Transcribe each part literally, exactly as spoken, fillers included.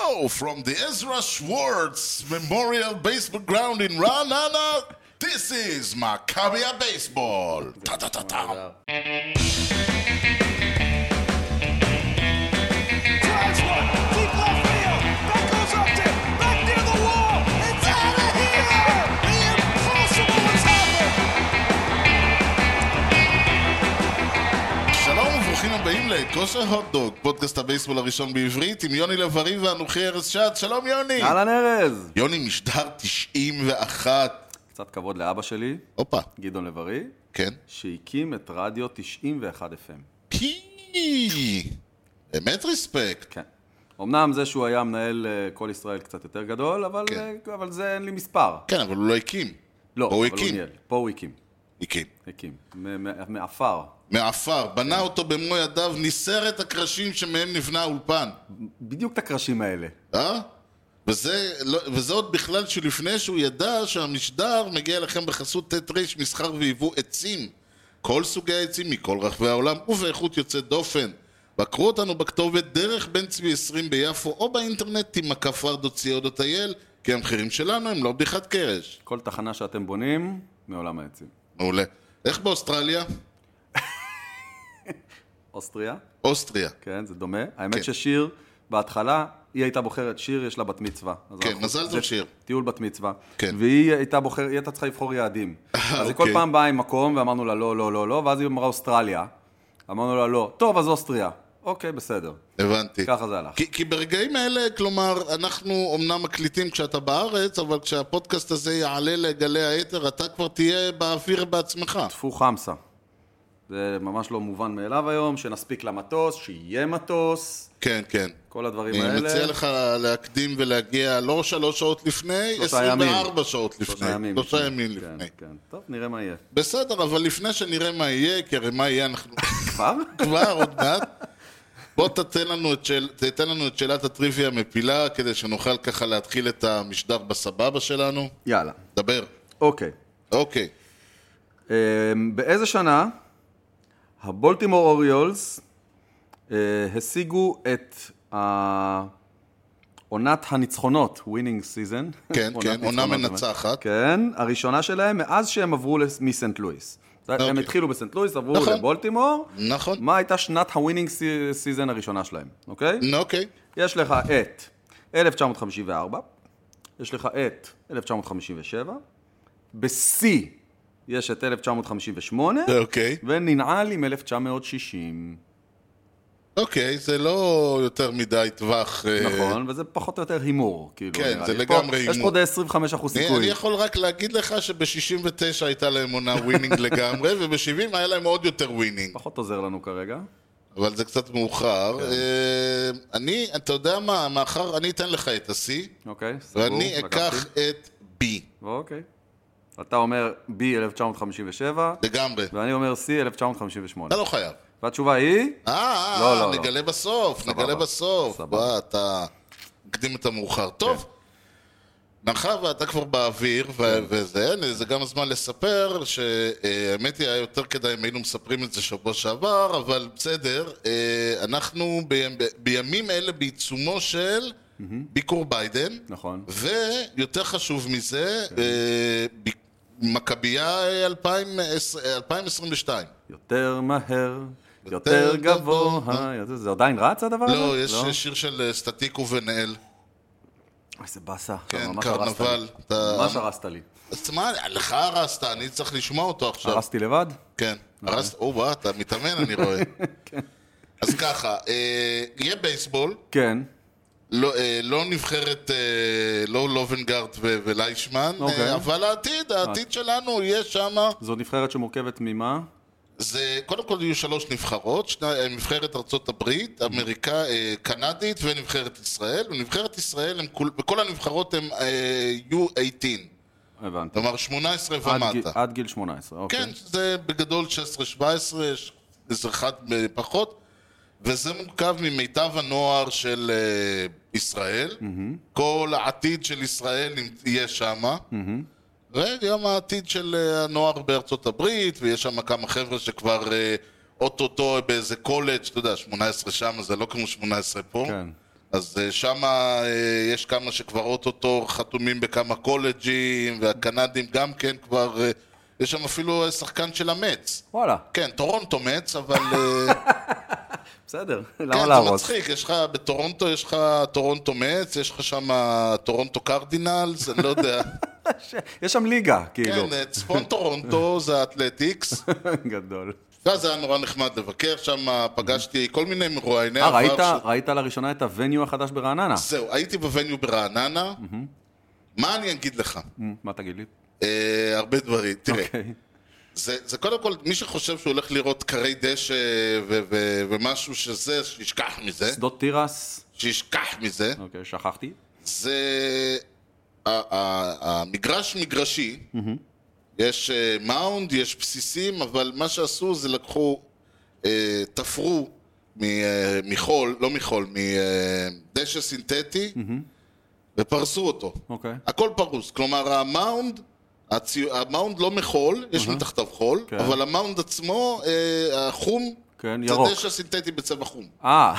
Hello from the Ezra Schwartz Memorial Baseball Ground in Ra'anana. This is Maccabi Baseball. Ta-ta-ta-ta. Drives one, deep left field. That goes up to back near the wall. It's out of here. The impossible has happened. שלום וברוכים הבאים לכושר הוטדוג, פודקאסט הבייסבול הראשון בעברית עם יוני לב-ארי ואנוכי ארז שץ. שלום יוני. אהלן ארז. יוני, משדר תשעים ואחת. קצת כבוד לאבא שלי, הופה. גדעון לב-ארי, כן. שהקים את רדיו תשעים ואחת אף אם. קי. באמת ריספקט. כן. אמנם זה שהוא היה מנהל uh, כל ישראל קצת יותר גדול, אבל, כן. uh, אבל זה אין לי מספר. כן, אבל הוא לא הקים. לא, פה הוא אבל הוא הקים. ניהל. פה הוא הקים. הקים. הקים. מ- מ- מאפר. מעפר, בנה אותו במו ידיו, ניסר את הקרשים שמהם נבנה האולפן. בדיוק את הקרשים האלה. אה? וזה, לא, וזה עוד בכלל שלפני שהוא ידע שהמשדר מגיע לכם בחסות תת-ריש מסחר ויבוא עצים. כל סוגי העצים מכל רחבי העולם ובאיכות יוצאת דופן. בקרו אותנו בכתובת דרך בן צבי עשרים ביפו או באינטרנט תימקפר דוט סי או דוט איי אל, כי המחירים שלנו הם לא בדיחת קרש. כל תחנה שאתם בונים, מעולם העצים. מעולה. איך באוסטרליה? אוסטריה, אוסטריה. כן, זה דומה. האמת כן. ששיר, בהתחלה, היא הייתה בוחרת שיר, יש לה בת מצווה. אז כן, אנחנו- מזל טוב זה שיר. טיול בת מצווה. כן. והיא הייתה בוחרת, היא הייתה צריכה לבחור יעדים. אז היא כל אוקיי. פעם באה עם מקום, ואמרנו לה לא, לא, לא, לא, ואז היא אמרה אוסטרליה. אמרנו לה לא, טוב, אז אוסטריה. אוקיי, בסדר. הבנתי. ככה זה הלך. כי, כי ברגעים האלה, כלומר, אנחנו אמנם מקליטים כשאתה בארץ, אבל כשהפודקאסט הזה יעלה לגלי היתר, אתה כבר תהיה באוויר בעצמך. טפו חמסה. זה ממש לא מובן מאליו היום, שנספיק למטוס, שיהיה מטוס, כן, כן. כל הדברים אני האלה. מציע לך להקדים ולהגיע לא שלוש שעות לפני, שלושה עשרים וארבע ימים. שעות לפני. שלושה ימים. שלושה ימים כן, לפני. כן. טוב, נראה מה יהיה. בסדר, אבל לפני שנראה מה יהיה, כי הרי מה יהיה אנחנו כבר? כבר עוד מעט. בוא תתן לנו את, שאל... תתן לנו את שאלת הטריוויה המפילה, כדי שנוכל ככה להתחיל את המשדר בסבבה שלנו. יאללה. דבר. אוקיי. אוקיי. אה, באיזה שנה הבולטימור אוריולס אה, השיגו את ה- עונת הניצחונות, winning season. כן, עונת כן, עונה ניצחונות, מנצחת. כן, הראשונה שלהם מאז שהם עברו לס- מסנט לואיס. הם אוקיי. התחילו בסנט לואיס, עברו נכון. לבולטימור. נכון. מה הייתה שנת הווינינג סיזן הראשונה שלהם, אוקיי? אוקיי. יש לך את אלף תשע מאות חמישים וארבע, יש לך את אלף תשע מאות חמישים ושבע, ב-C יש את אלף תשע מאות חמישים ושמונה, אוקיי. וננעל עם אלף תשע מאות שישים. אוקיי, זה לא יותר מדי טווח. אה, נכון, וזה פחות או יותר הימור. כאילו, כן, נראה זה לי. יש פה- לגמרי יש הימור. פה עוד עשרים וחמישה אחוז אני, סיכוי. אני יכול רק להגיד לך שב-שישים ותשע הייתה להם עונה ווינינג לגמרי, וב-שבעים היה להם עוד יותר ווינינג. פחות עוזר לנו כרגע. אבל זה קצת מאוחר. אה, אני, אתה יודע מה, מאחר, אני אתן לך את ה-C, אוקיי, סגור, ואני אקח לקחתי. את B. אוקיי. אתה אומר B אלף תשע מאות חמישים ושבע, לגמרי. ואני אומר C אלף תשע מאות חמישים ושמונה. אתה לא חייב. והתשובה היא... אה, לא, לא, נגלה לא. בסוף, סבבה. נגלה בסוף. סבבה. וואה, אתה מקדים את המאוחר. טוב, מאחר ואתה כבר באוויר ו- וזה, זה גם הזמן לספר שהאמת היא היה יותר כדאי אם היינו מספרים את זה שבוע שעבר, אבל בסדר, אה, אנחנו ב- ב- בימים אלה בעיצומו של ביקור ביידן, נכון. ויותר חשוב מזה, אה, ב- מכבייה אלפיים עשרים ושתיים. יותר מהר, יותר יותר גבוה. גבוה. זה עדיין רץ הדבר הזה? לא, יש שיר של אה, סטטיק ובן-אל. איזה באסה. כן, אתה ממש הרסת לי. קרנבל. אתה- ממש הרסת לי. אז מה, לך הרסת, אני צריך לשמוע אותו עכשיו. הרסתי לבד? כן, הרסת, או וואו, אתה מתאמן, אני רואה. אז ככה, אה, יהיה בייסבול, כן. לא, אה, לא נבחרת, אה, לא לובנגארט ו- וליישמן, אוקיי. אה, אבל העתיד, העתיד שלנו יהיה שמה. זו נבחרת שמורכבת ממה? זה, קודם כל יהיו שלוש נבחרות, שני, אה, נבחרת ארצות הברית, אמריקה, אה, קנדית ונבחרת ישראל, ונבחרת ישראל, הם, כול- וכל הנבחרות הם אה, יו שמונה עשרה, הבנתי. כלומר שמונה עשרה עד גיל- ומטה. עד גיל שמונה עשרה, אוקיי. כן, זה בגדול שש עשרה שבע עשרה, יש איזה אחד פחות, וזה מורכב ממיטב הנוער של אה, ישראל, כל העתיד של ישראל יהיה שמה, וגם העתיד של אה, הנוער בארצות הברית, ויש שם כמה חבר'ה שכבר אה, אוטוטו באיזה קולג', אתה יודע, שמונה עשרה שם, זה לא כמו שמונה עשרה פה. כן. אז שם יש כמה שכבר אוטוטו חתומים בכמה קולג'ים, והקנדים גם כן כבר, אה, יש שם אפילו שחקן של המץ. וואלה. כן, טורונטו מץ, אבל... אה, בסדר, למה כן, זה להרוס? מצחיק, יש לך, בטורונטו יש לך טורונטו מץ, יש לך שם טורונטו קרדינלס, אני לא יודע. יש שם ליגה, כאילו. כן, צפון טורונטו זה האתלטיקס. גדול. זה היה נורא נחמד לבקר שם, פגשתי כל מיני מרואייני אה, עבר. ראית, ש- ראית לראשונה את הווניו החדש ברעננה? זהו, הייתי בווניו ברעננה. מה אני אגיד לך? מה תגיד לי? אה, הרבה דברים. תראה, אוקיי. זה, זה קודם כל, מי שחושב שהוא הולך לראות קרי דשא ו- ו- ומשהו שזה, שישכח מזה. שדות תירס, שישכח מזה. אוקיי, שכחתי. זה... ה- ה- המגרש מגרשי, יש אה, מאונד, יש בסיסים, אבל מה שעשו זה לקחו, אה, תפרו מ- אה, מחול, לא מחול, מדשא סינתטי, ופרסו אותו. אוקיי. הכל פרוס, כלומר המאונד, הצי... המאונד לא מחול, יש מתחתיו חול, כן. אבל המאונד עצמו, אה, החום, כן, זה ירוק. דשא סינתטי בצבע חום. אה,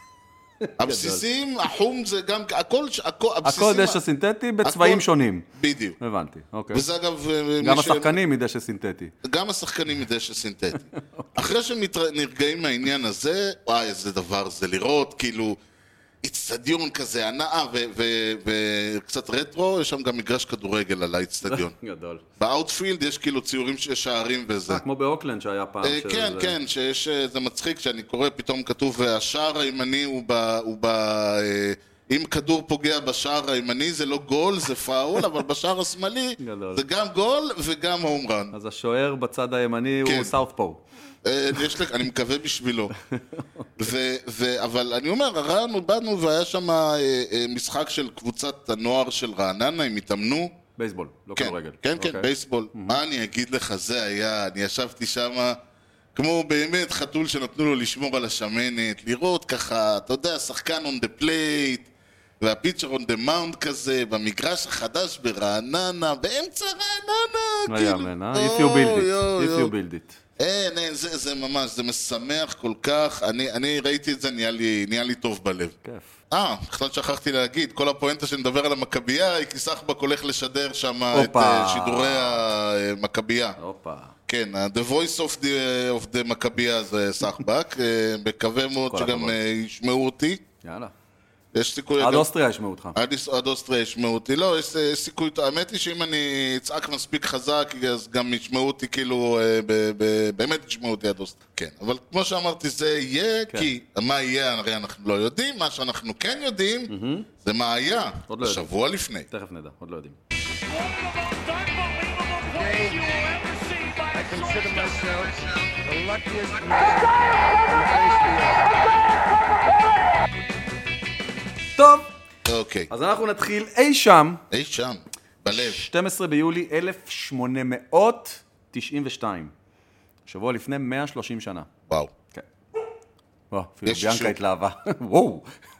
הבסיסים, החום זה גם, הכל, הכל, הבסיסים, הכל דשא סינתטי בצבעים הכל- שונים. בדיוק. הבנתי, אוקיי. וזה אגב, אה, גם מי ש- השחקנים מדשא סינתטי. גם השחקנים מדשא סינתטי. אחרי שנרגעים מהעניין הזה, וואי, איזה דבר זה לראות, כאילו, איצטדיון כזה, הנאה וקצת רטרו, יש שם גם מגרש כדורגל על האיצטדיון. גדול. באוטפילד יש כאילו ציורים שיש שערים וזה. כמו באוקלנד שהיה פעם. אה, שזה- כן, כן, שיש, אה, זה מצחיק שאני קורא, פתאום כתוב, השער הימני הוא ב... הוא ב אה, אם כדור פוגע בשער הימני זה לא גול, זה פאול, אבל בשער השמאלי גדול. זה גם גול וגם הום רן. אז השוער בצד הימני כן. הוא סאות'פו. אה, יש לך, אני מקווה בשבילו. ו, ו, אבל אני אומר, הרעיון באנו והיה שם אה, אה, משחק של קבוצת הנוער של רעננה, הם התאמנו. בייסבול, לא כן, כדורגל. כן, כן, אוקיי. בייסבול. מה אני אגיד לך, זה היה, אני ישבתי שם כמו באמת חתול שנתנו לו לשמור על השמנת, לראות ככה, אתה יודע, שחקן on the plate, והפיצ'ר on the mound כזה, במגרש החדש ברעננה, באמצע רעננה, לא כאילו. יאמן, אה? If you build it. אוי, If אוי. you build it. אין, אין, זה, זה ממש, זה משמח כל כך, אני, אני ראיתי את זה, נהיה לי, נהיה לי טוב בלב. כיף. אה, בכלל שכחתי להגיד, כל הפואנטה שנדבר על המכבייה, היא כי סחבק הולך לשדר שם את הופה. אה, שידורי המכבייה. הופה. כן, ה-The Voice of the, of the מכבייה זה סחבק, אה, מקווה מאוד כל שגם הכבוד. אה, ישמעו אותי. יאללה. יש סיכוי... עד אגב- אוסטריה ישמעו אותך. עד איס- עד אוסטריה ישמעו אותי, לא, יש אה, סיכוי, האמת היא שאם אני אצעק מספיק חזק, אז גם ישמעו אותי כאילו, אה, ב- ב- באמת ישמעו אותי עד אוסטריה. כן, אבל כמו שאמרתי, זה יהיה, כן. כי מה יהיה, הרי אנחנו לא יודעים, מה שאנחנו כן יודעים, זה מה היה, עוד לא יודעים. שבוע לפני. תכף נדע, עוד לא יודעים. One of the most unbelievable plays you will ever see by a consider shortstop. myself the luckiest man on the face of the earth. טוב, אוקיי, אז אנחנו נתחיל אי שם, אי שם, בלב. שנים עשר ביולי אלף שמונה מאות תשעים ושתיים. שבוע לפני מאה ושלושים שנה. וואו. כן. וואו, אפילו יש ביאנקה שוק. התלהבה. וואו.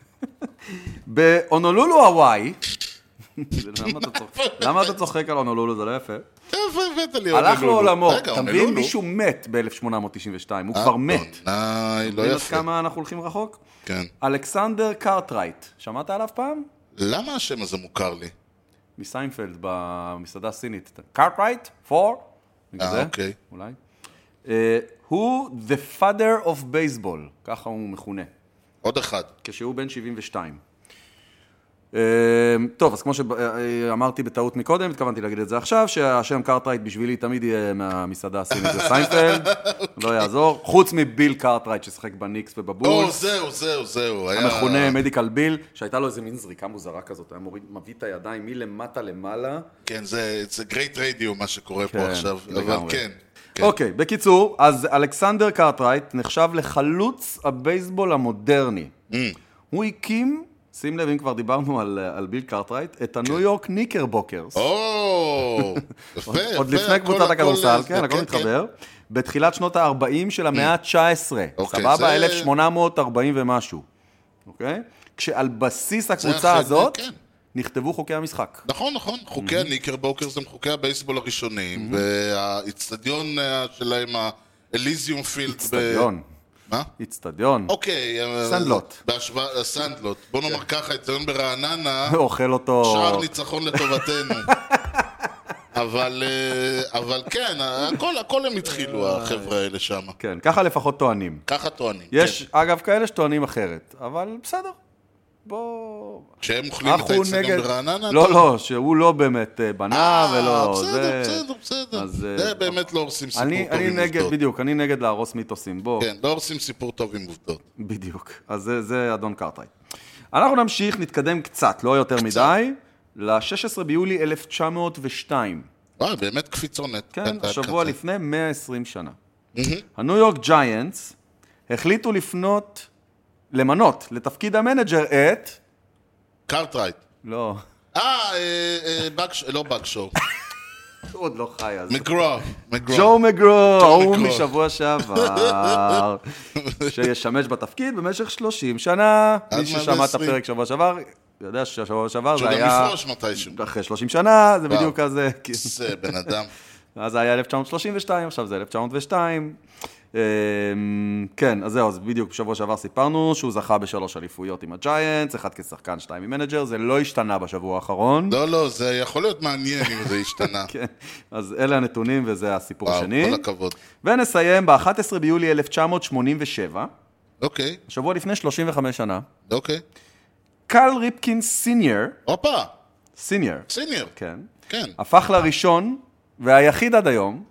בהונולולו, הוואי, למה אתה צוחק? למה אתה צוחק על הונולולו? זה לא יפה. איפה הבאת לי הלך הונולולו? לעולמו. רגע, אתה מבין? הונולולו? מישהו מת ב-אלף שמונה מאות תשעים ושתיים, הוא כבר מת. אדוני, לא מבין עד יפה. כמה אנחנו הולכים רחוק? כן. אלכסנדר קארטרייט, שמעת עליו פעם? למה השם הזה מוכר לי? מסיינפלד במסעדה הסינית. קארטרייט? פור? אה, אוקיי. אולי. אה, הוא the father of baseball, ככה הוא מכונה, עוד אחד. כשהוא בן שבעים ושתיים. אה, טוב, אז כמו שאמרתי בטעות מקודם, התכוונתי להגיד את זה עכשיו, שהשם קארטרייט בשבילי תמיד יהיה מהמסעדה הסינית בסיינפלד, לא יעזור, חוץ מביל קארטרייט ששחק בניקס או, ובבולס. זהו, זהו, זהו. היה- המכונה מדיקל ביל, שהייתה לו איזה מין זריקה מוזרה כזאת, היה מוריד, מביא את הידיים מלמטה למעלה. כן, זה זה גרייט רדיו מה שקורה כן, פה עכשיו, אבל לגמרי. כן. כן. אוקיי, בקיצור, אז אלכסנדר קארטרייט נחשב לחלוץ הבייסבול המודרני. Mm. הוא הקים, שים לב אם כבר דיברנו על, על ביל קארטרייט, את הניו יורק ניקר בוקרס. או, יפה, יפה. עוד לפני הכל- קבוצת הכל- הכדורסל, כן, הכל כן, מתחבר. בתחילת שנות ה-ארבעים של המאה ה-תשע עשרה, אוקיי, סבבה? זה- אלף שמונה מאות ארבעים ומשהו. אוקיי? כשעל בסיס הקבוצה אחרי- הזאת, כן. נכתבו חוקי המשחק. נכון, נכון. חוקי הניקרבוקרס הם חוקי הבייסבול הראשונים, והאיצטדיון אה, שלהם, האליזיום פילד, ב- אצטדיון. מה? איצטדיון. אוקיי. סנדלוט. בהשוואה, סנדלוט. בוא נאמר ככה, אצטדיון ברעננה, אוכל אותו... שער ניצחון לטובתנו. אבל, אה, אבל כן, הכל, הכל הם התחילו, החבר'ה האלה שם. כן, ככה לפחות טוענים. ככה טוענים. יש, כן. אגב, כאלה שטוענים אחרת, אבל בסדר. בוא... שהם אוכלים את אנחנו האצטדיון ברעננה? לא, אתה- לא, שהוא לא באמת אה, בנה אה, ולא... בסדר, זה... בסדר, בסדר. אז, זה אה, באמת לא הורסים סיפור אני, טוב אני עם נגד, עובדות. בדיוק, אני נגד להרוס מיתוסים, בוא. כן, לא הורסים סיפור טוב עם עובדות. בדיוק. אז זה, זה אדון קרטרייט. אנחנו נמשיך, נתקדם קצת, לא יותר מדי, ל-שישה עשר ביולי אלף תשע מאות ושתיים. וואי, באמת קפיצונת. כן, קטע שבוע כזה. לפני מאה ועשרים שנה. הניו יורק ג'יינטס החליטו לפנות, למנות לתפקיד המנג'ר את... קארטרייט. לא, אה, אה, אה, בגש... לא בגשו. הוא עוד לא חי אז. מגרו. מגרו. ג'ו מגרו, הוא מגרו. משבוע שעבר, שישמש בתפקיד במשך שלושים שנה. עד מי ששמע את מאה ועשרים. הפרק שבוע שעבר, יודע ששבוע שעבר שהוא זה גם היה... יפרוש מתישהו. אחרי שלושים שנה, זה וואו. בדיוק כזה. כן. זה בן אדם. אז זה היה אלף תשע מאות שלושים ושתיים, עכשיו זה אלף תשע מאות ושתיים. אמ, כן, אז זהו, אז בדיוק בשבוע שעבר סיפרנו שהוא זכה בשלוש אליפויות עם הג'יינטס, אחד כשחקן, שתיים עם מנג'ר, זה לא השתנה בשבוע האחרון. לא, לא, זה יכול להיות מעניין אם זה השתנה. כן, אז אלה הנתונים וזה הסיפור וואו, השני. כל הכבוד. ונסיים ב-אחד עשר ביולי אלף תשע מאות שמונים ושבע, אוקיי, שבוע לפני שלושים וחמש שנה, אוקיי. קל ריפקין סיניור, הופה, סיניור, סיניור. כן, כן. הפך לראשון והיחיד עד היום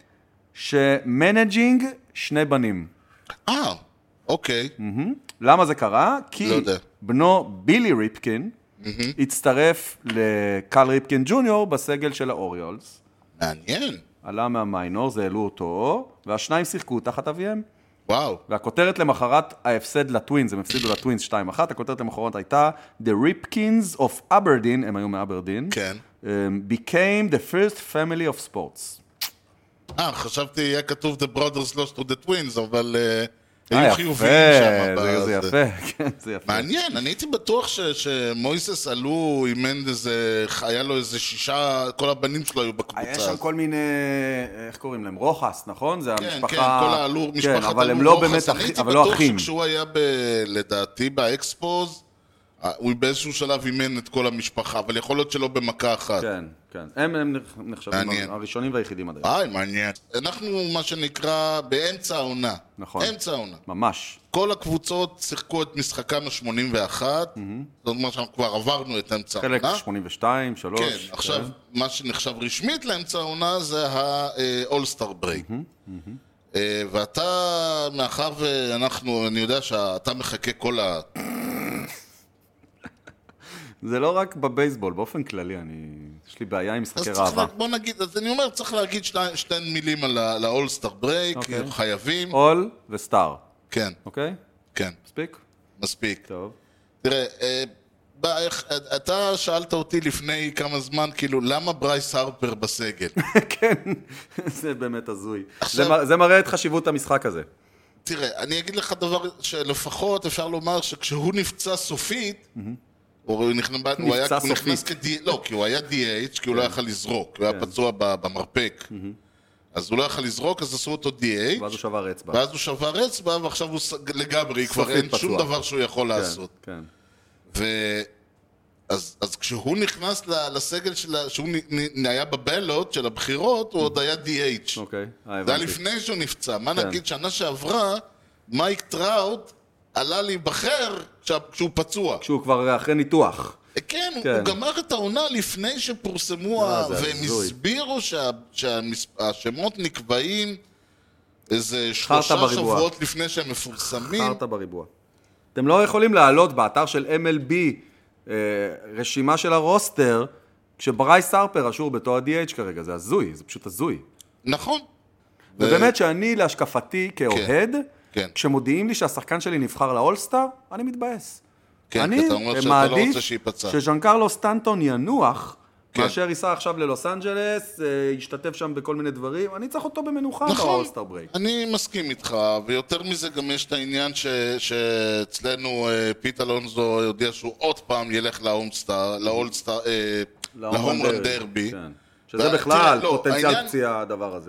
שמנג'ינג שני בנים. אה, אוקיי. למה זה קרה? כי לא יודע. בנו בילי ריפקין הצטרף לקל ריפקין ג'וניור בסגל של האוריולס. מעניין. עלה מהמיינורס, העלו אותו, והשניים שיחקו תחת אביהם. וואו. והכותרת למחרת ההפסד לטווינס, הם הפסידו לטווינס שתיים אחת, הכותרת למחרת הייתה The Ripkins of Aberdeen, הם היו מאברדין, כן. um, became the first family of sports. אה, חשבתי יהיה כתוב The Brothers Lost to the Twins, אבל אה, אה, היו יפה, חיוביים שם. זה, זה בזה. יפה, כן, זה יפה. מעניין, אני הייתי בטוח ש- שמויסס עלו, אימן איזה, היה לו איזה שישה, כל הבנים שלו היו בקבוצה. יש שם כל מיני, איך קוראים להם? רוחס, נכון? זה כן, המשפחה... כן, כל העלו, כן, משפחת אבל הם עלו לא רוחס. באמת אני אחים, הייתי אבל לא בטוח אחים. שכשהוא היה, ב, לדעתי, באקספוז, אה, הוא באיזשהו שלב אימן את כל המשפחה, אבל יכול להיות שלא במכה אחת. כן, כן. הם, הם נחשבים מעניין. הראשונים והיחידים עד היום. איי, מעניין. אנחנו, מה שנקרא, באמצע העונה. נכון. אמצע העונה. ממש. כל הקבוצות שיחקו את משחקם ה-שמונים ואחת, זאת אומרת שאנחנו כבר עברנו את אמצע חלק העונה. שמונים ושתיים, שלוש. כן, עכשיו, מה שנחשב רשמית לאמצע העונה זה ה-All-Star Break. אה, ואתה, מאחר ואנחנו, אני יודע שאתה מחכה כל ה... זה לא רק בבייסבול, באופן כללי, אני... יש לי בעיה עם אז משחקי צריך, ראווה. לה- בוא נגיד, אז אני אומר, צריך להגיד שתי, שתי מילים על ה-All-Star Break, אוקיי. חייבים. אול וסטאר, כן, אוקיי? כן, מספיק? מספיק. טוב. תראה, אה, בא, איך, אתה שאלת אותי לפני כמה זמן, כאילו, למה ברייס הרפר בסגל? כן, זה באמת הזוי. עכשיו- זה מ- זה מראה את חשיבות המשחק הזה. תראה, אני אגיד לך דבר שלפחות אפשר לומר שכשהוא נפצע סופית, הוא נכנס, הוא היה, נפצע הוא נכנס סופית. כ-D, לא, כי הוא היה די אייץ', כי הוא לא יכל לזרוק, הוא היה פצוע ב- במרפק. אז הוא לא יכל לזרוק, אז עשו אותו די אייץ', ואז הוא שבר אצבע. ואז הוא שבר אצבע, ועכשיו הוא ס- לגמרי, כבר סופית אין שום פצוע. דבר שהוא יכול לעשות. כן. ו... אז, אז כשהוא נכנס ל- לסגל שלה, שהוא נ- נ- היה בבלוט של הבחירות, הוא עוד היה די אייץ'. אוקיי. אה, זה היה הבנתי. לפני שהוא נפצע. מה כן. נגיד, שנה שעברה, מייק טראוט עלה להיבחר כשה- כשהוא פצוע. כשהוא כבר אחרי ניתוח. כן, הוא- כן. הוא גמר את העונה לפני שפורסמו, אה, ה- זה והם הזוי. הסבירו שה- שהשמות נקבעים איזה שלושה בריבוע. שבועות לפני שהם מפורסמים. חרטה בריבוע. אתם לא יכולים להעלות באתר של אם אל בי אה, רשימה של הרוסטר, כשברייס הרפר אשור בתור ה-די אייץ' כרגע, זה הזוי, זה פשוט הזוי. נכון. ובאמת שאני, להשקפתי כאוהד, כן. כשמודיעים לי שהשחקן שלי נבחר לאולסטאר, אני מתבאס. כן, אני כי אתה אומר שאתה לא מעדיף רוצה שייפצע. שז'אנקרלו סטנטון ינוח, כן. מאשר ייסע עכשיו ללוס אנג'לס, אה, ישתתף שם בכל מיני דברים, אני צריך אותו במנוחה נכון, באולסטאר ברייק. אני מסכים איתך, ויותר מזה גם יש את העניין ש- שאצלנו אה, פיט אלונזו יודע שהוא עוד פעם ילך להומסטאר, לאולסטאר, אה, להומרן דרבי. כן. שזה ו- בכלל תראה, לא, פוטנציאל העניין- פציעה הדבר הזה.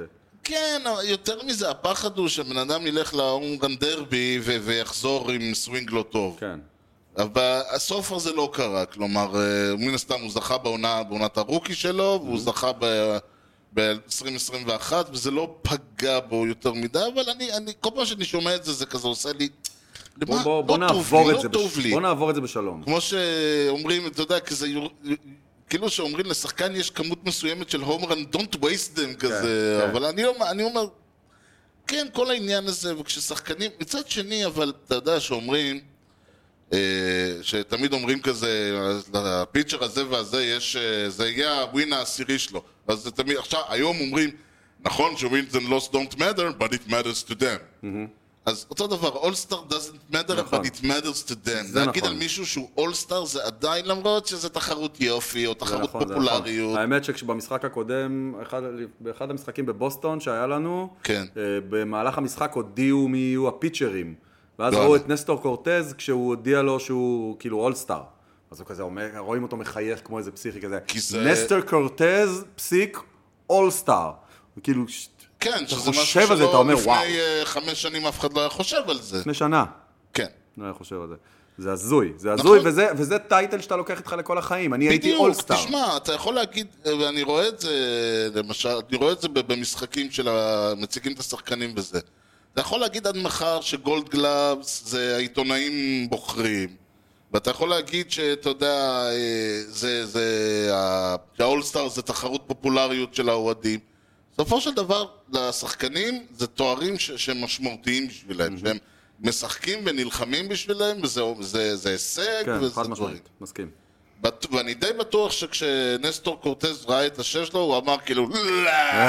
כן, יותר מזה, הפחד הוא שבן אדם ילך להומרן דרבי ו- ויחזור עם סווינג לא טוב. כן. אבל הסוף הזה לא קרה, כלומר, אה, מן הסתם הוא זכה בעונה, בעונת הרוקי שלו, והוא זכה ב-עשרים עשרים ואחת, וזה לא פגע בו יותר מדי, אבל אני, אני, כל פעם שאני שומע את זה, זה כזה עושה לי... בוא, למה? בוא, בוא לא טוב נעבור לי, את זה, לא טוב בש... לי. בוא נעבור את זה בשלום. כמו שאומרים, אתה יודע, כזה, כאילו שאומרים לשחקן יש כמות מסוימת של הומרן, don't waste them כזה, כן. אבל אני, לא, אני אומר, כן, כל העניין הזה, וכששחקנים, מצד שני, אבל אתה יודע שאומרים, אה, שתמיד אומרים כזה, לפיצ'ר הזה והזה, יש, זה יהיה הווין העשירי שלו, אז זה תמיד, עכשיו, היום אומרים, נכון ש-wins and loss don't matter, but it matters to them. אז אותו דבר, All-Star doesn't matter, נכון. but it matters to them. זה להגיד נכון. על מישהו שהוא All-Star זה עדיין, למרות שזה תחרות יופי, או זה תחרות נכון, זה פופולריות. נכון. האמת שכשבמשחק הקודם, אחד, באחד המשחקים בבוסטון שהיה לנו, כן. אה, במהלך המשחק הודיעו מי יהיו הפיצ'רים. ואז לא, ראו אני- את נסטור קורטז כשהוא הודיע לו שהוא כאילו אולסטאר. אז הוא כזה אומר, רואים אותו מחייך כמו איזה פסיכי כזה. כי זה- נסטור קורטז, פסיק, אולסטאר. וכאילו, ש- כן, אתה שזה משהו חושב על זה, אתה אומר, שלא וואו. לפני אה, חמש שנים אף אחד לא היה חושב על זה. לפני שנה. כן. לא היה חושב על זה. זה הזוי, זה נכון. הזוי, וזה, וזה טייטל שאתה לוקח איתך לכל החיים. אני הייתי בדיוק, אולסטאר. תשמע, אתה יכול להגיד, ואני רואה את זה, למשל, אני רואה את זה במשחקים של המציגים את השחקנים וזה. אתה יכול להגיד עד מחר שגולד גלאבס זה העיתונאים בוחרים. ואתה יכול להגיד שאתה יודע, אה, זה, זה, ה- שהאולסטאר זה תחרות פופולריות של האוהדים. בסופו של דבר, לשחקנים זה תוארים ש- שהם משמעותיים בשבילם, שהם משחקים ונלחמים בשבילם, וזה זה, זה הישג, כן, וזה חד דברים. משמעית, מסכים. בט- ואני די בטוח שכשנסטור קורטז ראה את השש שלו, הוא אמר כאילו, לא!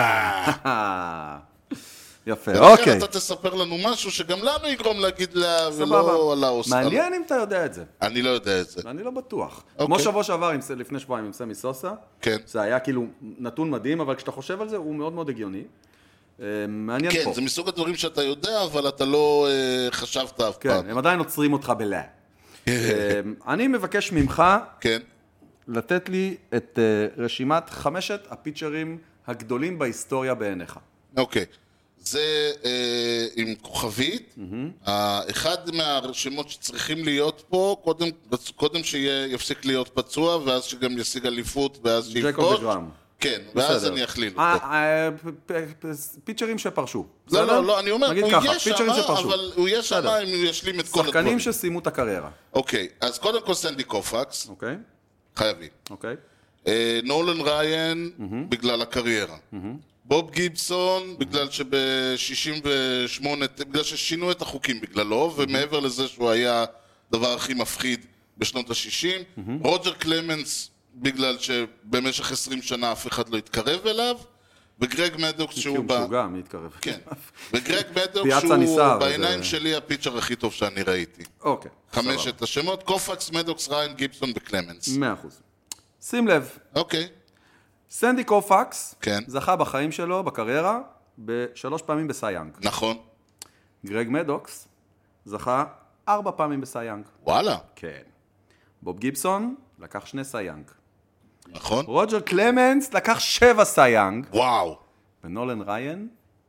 יפה, ולכן אוקיי. אתה תספר לנו משהו שגם לנו יגרום להגיד לה, ולא סבבה. על האוסטר. מעניין אם אתה יודע את זה. אני לא יודע את זה. אני לא בטוח. אוקיי. כמו שבוע שעבר, עם ס- לפני שבועיים עם סמי סוסה, כן. זה היה כאילו נתון מדהים, אבל כשאתה חושב על זה, הוא מאוד מאוד הגיוני. אה, מעניין כן, פה. זה מסוג הדברים שאתה יודע, אבל אתה לא אה, חשבת אף כן, פעם. הם עדיין עוצרים אותך בלה. אה, אני מבקש ממך כן. לתת לי את אה, רשימת חמשת הפיצ'רים הגדולים בהיסטוריה בעיניך. אוקיי. זה אה, עם כוכבית. אה, אחד מהרשימות שצריכים להיות פה, קודם, קודם שיפסיק להיות פצוע, ואז שגם ישיג אליפות, ואז ג'ייקוב שיפגוש. דגראם. כן, ואז בסדר. אני אכליל אותו. אה, אה, פ- פ- פ- פיצ'רים שפרשו. לא, בסדר? לא, לא, אני אומר, נגיד הוא ככה, יהיה פיצ'רים שמה, שפרשו. אבל הוא יהיה בסדר. שמה אם הוא ישלים את כל הדברים. שחקנים שסיימו את הקריירה. אוקיי, אז קודם כל סנדי קופקס, אוקיי? חייבים. אוקיי? אה, נולן ריין, בגלל הקריירה. בוב גיבסון, בגלל שב-שישים ושמונה, בגלל ששינו את החוקים בגללו, ומעבר לזה שהוא היה הדבר הכי מפחיד בשנות ה-שישים. רוג'ר קלמנס, בגלל שבמשך עשרים שנה אף אחד לא התקרב אליו, וגרג מדוקס כי שהוא הוא בא... משוגע, מי יתקרב? כן, וגרג מדוקס פיאצה שהוא ניסה, בעיניים וזה- שלי הפיצ'ר הכי טוב שאני ראיתי. אוקיי. חמשת השמות, קופקס, מדוקס, ריין, גיבסון וקלמנס. מאה אחוז. שים לב, אוקיי, סנדי קופקס כן. זכה בחיים שלו, בקריירה, בשלוש פעמים בסייאנג. נכון. גרג מדוקס זכה ארבע פעמים בסייאנג. וואלה, כן. בוב גיבסון לקח שני סייאנג. נכון. רוג'ר קלמנס לקח שבע סייאנג. וואו. ונולן ריין,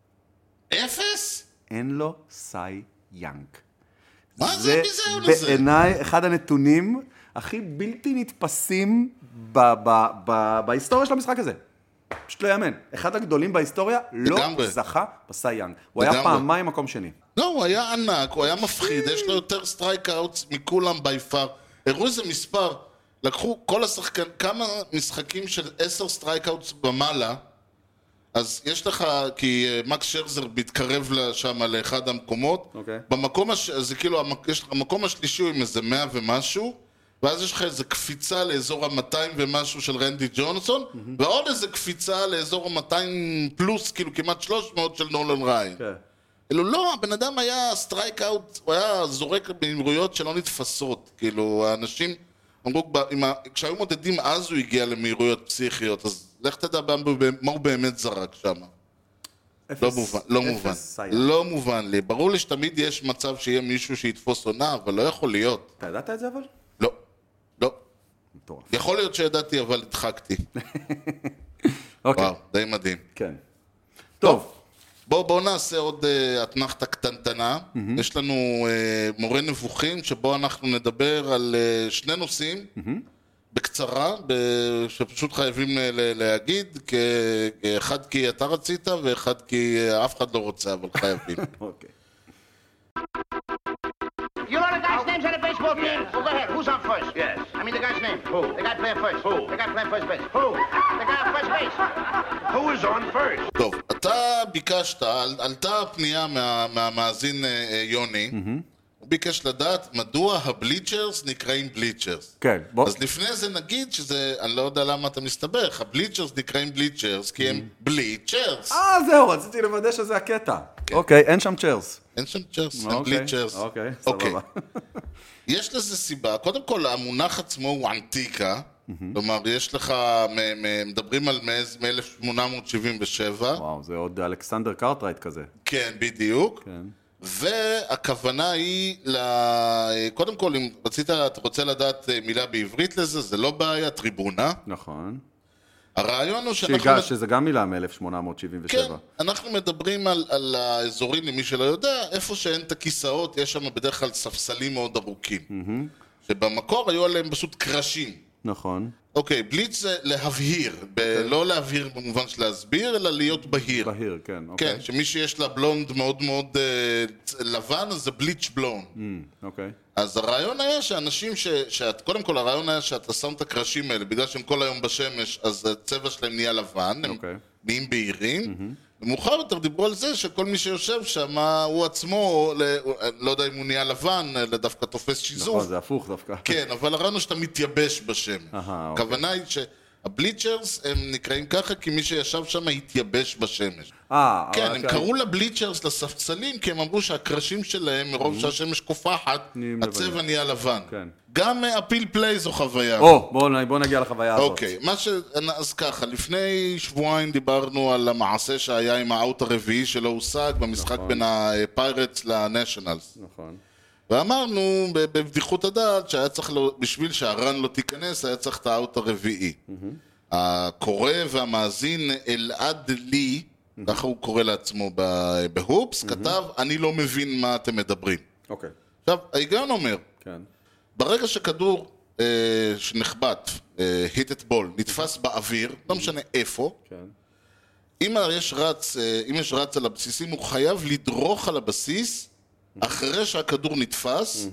אפס? אין לו סייאנג. מה זה זה ביזיון הזה? בעיניי אחד הנתונים הכי בלתי נתפסים ב- ב- ב- בהיסטוריה של המשחק הזה. פשוט לא יאמן. אחד הגדולים בהיסטוריה לא לגמרי. זכה בסייאנג. הוא היה לגמרי. פעמיים מקום שני. לא, הוא היה ענק, הוא היה מפחיד, יש לו יותר סטרייקאוטס מכולם בי פאר. הראו איזה מספר, לקחו כל השחקן, כמה משחקים של עשר סטרייקאוטס במעלה, אז יש לך, כי אה, מקס שרזר מתקרב שם לאחד המקומות, אוקיי. במקום, הש... זה כאילו, המק- יש לך, המקום השלישי הוא עם איזה מאה ומשהו, ואז יש לך איזה קפיצה לאזור ה-מאתיים ומשהו של רנדי ג'ונסון, ועוד איזה קפיצה לאזור ה-מאתיים פלוס, כאילו כמעט שלוש מאות של נולן ריין. כן. כאילו לא, הבן אדם היה סטרייק אאוט, הוא היה זורק במהירויות שלא נתפסות. כאילו, האנשים אמרו, ב- עם ה- כשהיו מודדים אז הוא הגיע למהירויות פסיכיות, אז לך תדע מה הוא- מה הוא באמת זרק שם. אפס- לא מובן, לא אפס מובן. סייאנג. לא מובן לי. ברור לי שתמיד יש מצב שיהיה מישהו שיתפוס עונה, אבל לא יכול להיות. אתה ידעת את זה אבל? לא. לא. מטורף. יכול להיות שידעתי, אבל הדחקתי. אוקיי. וואו, די מדהים. כן. טוב, בואו בוא נעשה עוד uh, אתנחתה קטנטנה. Mm-hmm. יש לנו uh, מורה נבוכים שבו אנחנו נדבר על uh, שני נושאים mm-hmm. בקצרה, ב- שפשוט חייבים ל- להגיד, כ- אחד כי אתה רצית ואחד כי uh, אף אחד לא רוצה, אבל חייבים. אוקיי. You know the guy's names on the baseball team? Well, go ahead. Who's on first? Yes. I mean the guy's name. Who? The guy playing first. Who? The guy playing first base. Who? The guy on first base. Who is on first? טוב, אתה ביקשת, על- עלתה פנייה מה- מהמאזין uh, uh, יוני, הוא ביקש לדעת מדוע הבליצ'רס נקראים בליצ'רס. כן, בוא. אז לפני זה נגיד שזה, אני לא יודע למה אתה מסתבך, הבליצ'רס נקראים בליצ'רס כי הם בליצ'רס. אה, זהו, רציתי לוודא שזה הקטע. אוקיי, אין שם צ'רס. אין שם צ'רס, אין אוקיי, בליצ'רס. אוקיי, אוקיי. סבבה. יש לזה סיבה, קודם כל המונח עצמו הוא אנטיקה, כלומר יש לך, מ- מ- מדברים על מאז מ-אלף שמונה מאות שבעים ושבע, וואו, זה עוד אלכסנדר קארטרייט כזה. כן, בדיוק. כן. והכוונה היא, ל- קודם כל, אם רצית, אתה רוצה לדעת מילה בעברית לזה, זה לא בעיה, טריבונה. נכון. הרעיון הוא שאנחנו... שהגע- שזה גם מילה מ-אלף שמונה מאות שבעים כן, ושבע. אנחנו מדברים על, על האזורים, למי שלא יודע, איפה שאין את הכיסאות, יש שם בדרך כלל ספסלים מאוד ארוכים. שבמקור היו עליהם פשוט קרשים. נכון. אוקיי, בליץ זה להבהיר, ב- לא להבהיר במובן של להסביר, אלא להיות בהיר. בהיר, כן, אוקיי. כן, שמי שיש לה בלונד מאוד מאוד אה, לבן, אז זה בליץ' בלונד. Mm, אוקיי. אז הרעיון היה שאנשים, ש, שאת, קודם כל הרעיון היה שאתה שם את הקרשים האלה, בגלל שהם כל היום בשמש, אז הצבע שלהם נהיה לבן, הם אוקיי. נהיים בהירים. ומאוחר יותר דיברו על זה שכל מי שיושב שם, הוא עצמו, ל- לא יודע אם הוא נהיה לבן, אלא דווקא תופס שיזוף. נכון, זה הפוך דווקא. כן, אבל הרעיון הוא שאתה מתייבש בשמש. אהה, אוקיי. הכוונה היא שהבליצ'רס הם נקראים ככה כי מי שישב שם התייבש בשמש. אה, כן, אבל- הם קראו לבליצ'רס לספסלים כי הם אמרו שהקרשים שלהם, מרוב שהשמש קופחת, נהיים הצבע לבנים. נהיה לבן. כן. גם הפיל פליי זו חוויה. או, בואו בוא נגיע לחוויה הזאת. אוקיי, מה ש... אז ככה, לפני שבועיים דיברנו על המעשה שהיה עם האוט הרביעי שלא הושג במשחק נכון. בין הפיירטס לנשיונלס. נכון. ואמרנו ב- בבדיחות הדעת שהיה צריך, לו, בשביל שהרן לא תיכנס, היה צריך את האוט הרביעי. הקורא והמאזין אלעד לי, ככה הוא קורא לעצמו ב- בהופס, כתב, אני לא מבין מה אתם מדברים. אוקיי. עכשיו, ההיגיון אומר, כן. ברגע שכדור אה, שנחבט, אה, hit it ball, נתפס באוויר, לא משנה איפה, כן. אם יש רץ, אה, אם יש רץ על הבסיסים, הוא חייב לדרוך על הבסיס אחרי שהכדור נתפס,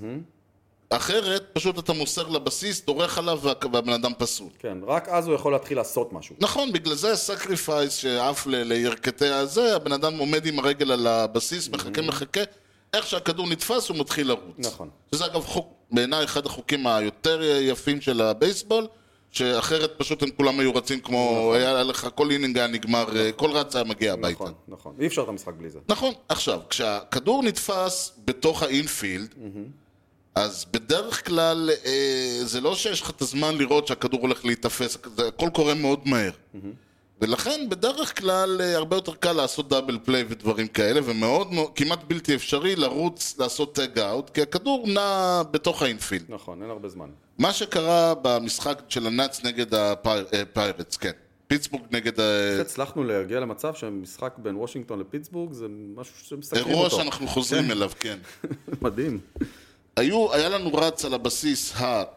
אחרת פשוט אתה מוסר לבסיס, דורך עליו וה- והבן אדם פסול. כן, רק אז הוא יכול להתחיל לעשות משהו. נכון, בגלל זה הסקריפייס שעף ל- לירכתי הזה, הבן אדם עומד עם הרגל על הבסיס, מחכה מחכה, איך שהכדור נתפס הוא מתחיל לרוץ. נכון. שזה אגב חוק, בעיניי אחד החוקים היותר יפים של הבייסבול, שאחרת פשוט הם כולם היו רצים כמו, היה לך כל אינינג היה נגמר, כל רץ היה מגיע הביתה. נכון, נכון. אי אפשר את המשחק בלי זה. נכון, עכשיו, כשהכדור נתפס בתוך האינפילד, אז בדרך כלל אה, זה לא שיש לך את הזמן לראות שהכדור הולך להתאפס, זה הכל קורה מאוד מהר. ולכן בדרך כלל אה, הרבה יותר קל לעשות דאבל פליי ודברים כאלה, ומאוד מאוד, כמעט בלתי אפשרי לרוץ, לעשות טאג אאוט, כי הכדור נע בתוך האינפילד. נכון, אין הרבה זמן. מה שקרה במשחק של הנאץ נגד הפיירטס, כן. פיטסבורג נגד ה... הצלחנו להגיע למצב שמשחק בין וושינגטון לפיטסבורג זה משהו שמסתכלים אירוע אותו. שאנחנו חוזרים אליו, כן. מדהים. היו, היה לנו רץ על הבסיס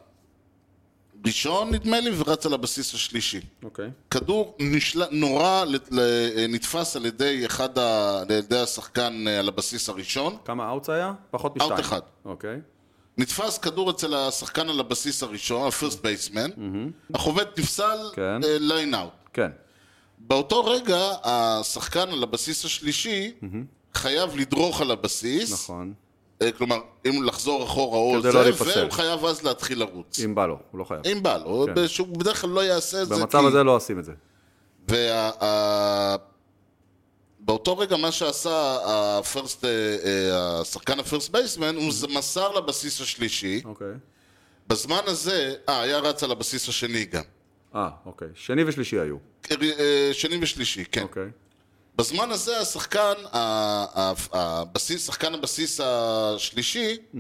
הראשון, נדמה לי, ורץ על הבסיס השלישי. אוקיי. כדור נשל... נורא לת- ל- נתפס על ידי אחד ה... על ידי השחקן אה, על הבסיס הראשון, כמה אאוטס היה? פחות משתיים. אאוט אחד. אוקיי. נתפס כדור אצל השחקן על הבסיס הראשון, הפרסט בייסמן, החובט נפסל, כן. ליין אאוט. כן. באותו רגע, השחקן על הבסיס השלישי חייב לדרוך על הבסיס, נכון. אה, כלומר, אם לחזור אחורה או כדי זה, לא להיפסל. והוא חייב אז להתחיל לרוץ. אם בא לו, הוא לא חייב. אם בא לו, כן. שהוא בדרך כלל לא יעשה את זה, במצב כי... הזה לא עושים את זה. וה... ה- באותו רגע מה שעשה הפרסט, השחקן הפרסט בייסמן, הוא מסר לבסיס השלישי. אוקיי. בזמן הזה, אה, היה רץ על הבסיס השני גם. אה, אוקיי. שני ושלישי היו. אה, שני ושלישי, כן. אוקיי. בזמן הזה השחקן, ה- ה- הבסיס, שחקן הבסיס השלישי,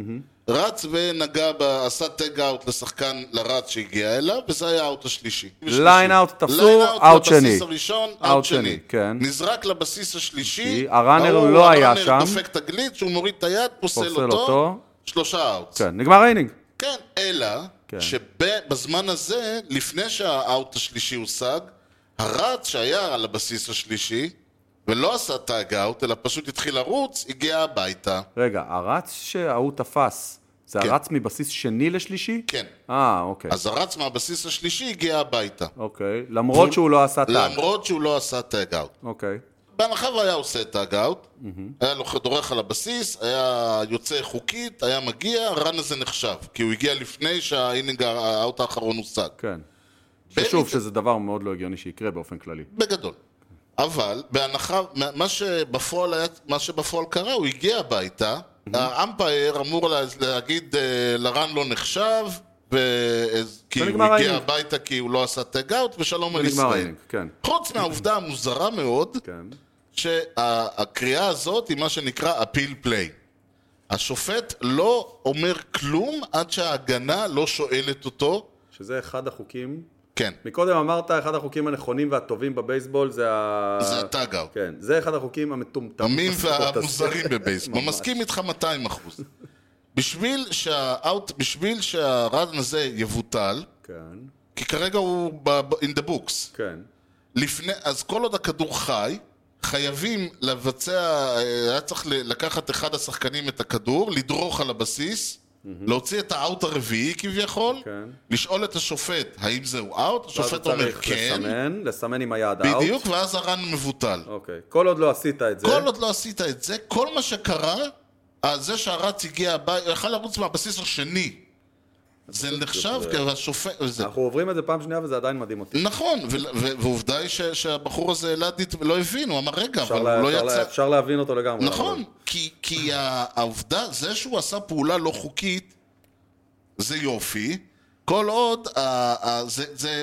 רץ ונגע, ב- עשה טג אאוט לשחקן לרץ שהגיע אליו, וזה היה האוט השלישי. ליין אאוט תפסו, ליין אאוט אאוט שני. לבסיס הראשון, אאוט אאוט שני, שני. כן. נזרק לבסיס השלישי, הראנר ההוא, לא היה הראנר שם. דופק תגלית, שהוא מוריד את היד, פוסל פוסל אותו, אותו. שלושה אאוט. כן, נגמר איינינג. כן, אלא כן. שבזמן הזה, לפני שהאאוט השלישי הושג, הרץ שהיה על הבסיס השלישי, ולא עשה טאג אאוט, אלא פשוט התחיל לרוץ, הגיע הביתה. רגע, הרץ שההוא תפס, זה כן. הרץ מבסיס שני לשלישי? כן. אה, אוקיי. אז הרץ מהבסיס השלישי הגיע הביתה. אוקיי. למרות שהוא לא עשה טאג. למרות שהוא לא עשה טאג אאוט. אוקיי. בהנחה והיה עושה טאג אאוט, היה לו דורך על הבסיס, היה יוצא חוקית, היה מגיע, הרן הזה נחשב, כי הוא הגיע לפני שהאינינג האאוט האחרון הושג. כן. ששוב, שזה דבר מאוד לא הגיוני שיקרה באופן כללי. בגדול. אבל בהנחה, מה שבפועל, היה, מה שבפועל קרה, הוא הגיע הביתה, האמפייר אמור לה, להגיד אה, לרן לא נחשב, ו... כי הוא ונגמר הגיע האינינג. הביתה כי הוא לא עשה טאג אאוט, ושלום על ונגמר ישראל. האינינג, כן. חוץ מהעובדה המוזרה מאוד, כן. שהקריאה הזאת היא מה שנקרא appeal play. השופט לא אומר כלום עד שההגנה לא שואלת אותו. שזה אחד החוקים. כן, מקודם אמרת, אחד החוקים הנכונים והטובים בבייסבול זה ה... זה הטאג אאוט. כן, זה אחד החוקים המטומטמים. תמים והמוזרים בבייסבול. ממש. מסכים איתך מאתיים אחוז. בשביל שהאוט, בשביל שהרן הזה יבוטל, כן, כי כרגע הוא ב- ב- in the books. כן. לפני, אז כל עוד הכדור חי, חייבים לבצע, היה צריך ל- לקחת אחד השחקנים את הכדור, לדרוך על הבסיס, להוציא את האוט הרביעי כביכול, כן. לשאול את השופט האם זהו אאוט, השופט אומר צריך כן, לסמן, לסמן עם היד האוט. בדיוק, ואז הרן מבוטל. אוקיי. כל עוד לא עשית את זה. כל עוד לא עשית את זה, כל מה שקרה, זה שהרץ הגיע הבא, הוא יכל לרוץ מהבסיס השני. זה נחשב כהשופט... אנחנו עוברים את זה פעם שנייה וזה עדיין מדהים אותי. נכון, ו- ו- ועובדה היא ש- שהבחור הזה אלעדית לא הבין, הוא אמר רגע, אפשר אבל לה- הוא לא אפשר לה- יצא... אפשר להבין אותו לגמרי. נכון, אבל- כי, כי העובדה, זה שהוא עשה פעולה לא חוקית, זה יופי, כל עוד, ה- ה- זה, זה,